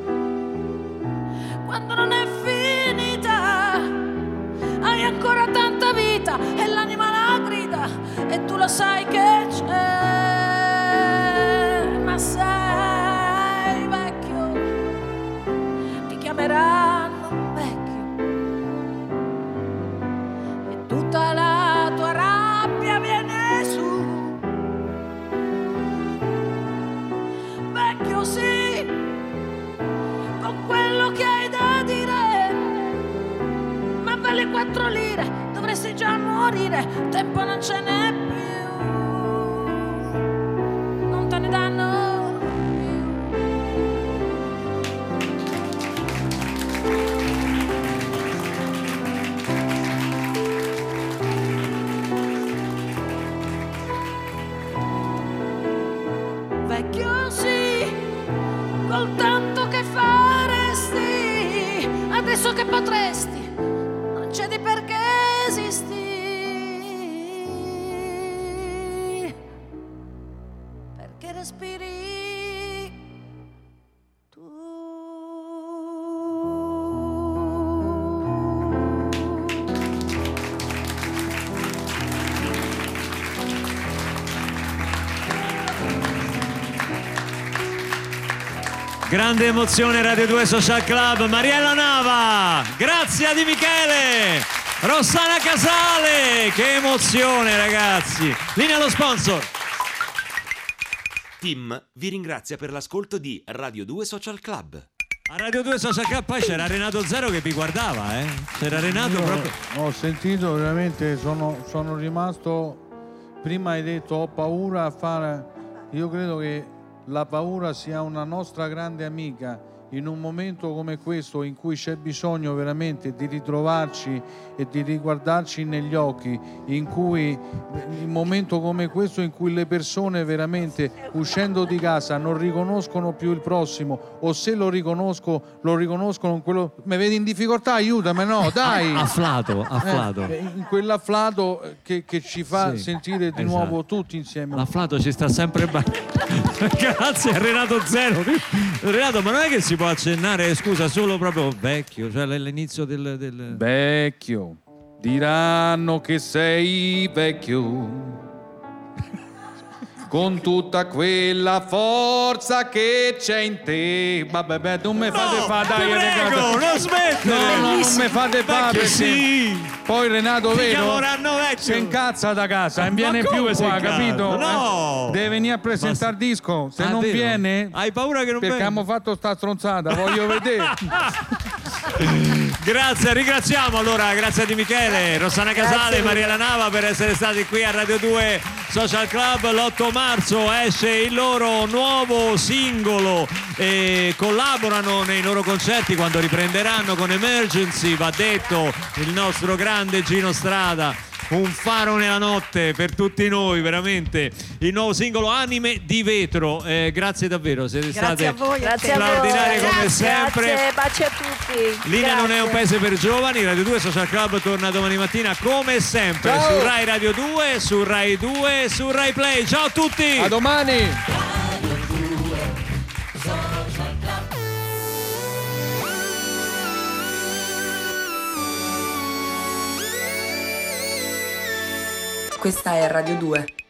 S6: quando non è finita, hai ancora tanta vita e l'anima la grida e tu lo sai che c'è. Ma sei vecchio, ti chiamerai tutta la tua rabbia viene su. Vecchio sì, con quello che hai da dire, ma per le quattro lire dovresti già morire, tempo non ce n'è più, non te ne danno. Vecchio sì, col tanto che faresti, adesso che potresti, non c'è di perché esisti, perché respiri
S1: Grande emozione Radio due Social Club, Mariella Nava, Grazia Di Michele, Rossana Casale, che emozione ragazzi. Linea allo sponsor.
S13: Tim vi ringrazia per l'ascolto di Radio due Social Club.
S1: A Radio due Social Club poi c'era Renato Zero che vi guardava, eh? C'era Renato
S5: Io
S1: proprio.
S5: Ho sentito veramente, sono, sono rimasto. Prima hai detto ho paura a fare. Io credo che la paura sia una nostra grande amica in un momento come questo in cui c'è bisogno veramente di ritrovarci e di riguardarci negli occhi, in cui in un momento come questo in cui le persone veramente uscendo di casa non riconoscono più il prossimo, o se lo riconosco lo riconoscono in quello. Mi vedi in difficoltà? Aiutami, no, dai.
S1: Afflato, afflato.
S5: Eh, in quell'afflato che, che ci fa
S1: Sì,
S5: sentire di
S1: esatto.
S5: nuovo tutti insieme.
S1: L'afflato ci sta sempre bene. Grazie a Renato Zero. Renato, ma non è che si può accennare, scusa, solo proprio vecchio, cioè l'inizio del... del...
S5: Vecchio, diranno che sei vecchio, con tutta quella forza che c'è in te. Vabbè, beh, non mi fate
S1: No,
S5: fare, dai,
S1: ti prego,
S5: Renato.
S1: non smettere.
S5: No, no, non mi fate fare
S1: Vecchio,
S5: perché
S1: sì.
S5: poi Renato,
S1: Ti
S5: vedo,
S1: chiameranno vecchio.
S5: si incazza da casa, non
S1: Ma
S5: viene più
S1: come si
S5: qua,
S1: incazza?
S5: capito?
S1: No.
S5: Eh, deve venire a presentare il disco. Se
S1: Ah,
S5: non
S1: vero?
S5: viene,
S1: hai paura che non
S5: perché
S1: venga?
S5: abbiamo fatto sta stronzata, voglio vedere.
S1: Grazie, ringraziamo allora, grazie a Di Michele, Rossana Casale, Mariela Nava per essere stati qui a Radio due Social Club. L'otto marzo esce il loro nuovo singolo e collaborano nei loro concerti quando riprenderanno con Emergency, va detto, il nostro grande Gino Strada. Un faro nella notte per tutti noi, veramente. Il nuovo singolo Anime di Vetro. Eh, grazie davvero, siete
S10: Grazie
S1: state
S10: a voi,
S8: Grazie a voi.
S1: straordinarie come
S8: Grazie,
S1: sempre.
S8: Grazie, baci a tutti.
S1: Linea non è un
S8: Grazie.
S1: paese per giovani. Radio due Social Club torna domani mattina come sempre.
S5: Ciao.
S1: Su Rai Radio due, su Rai due, su Rai Play. Ciao a tutti.
S5: A domani.
S12: Questa è Radio due.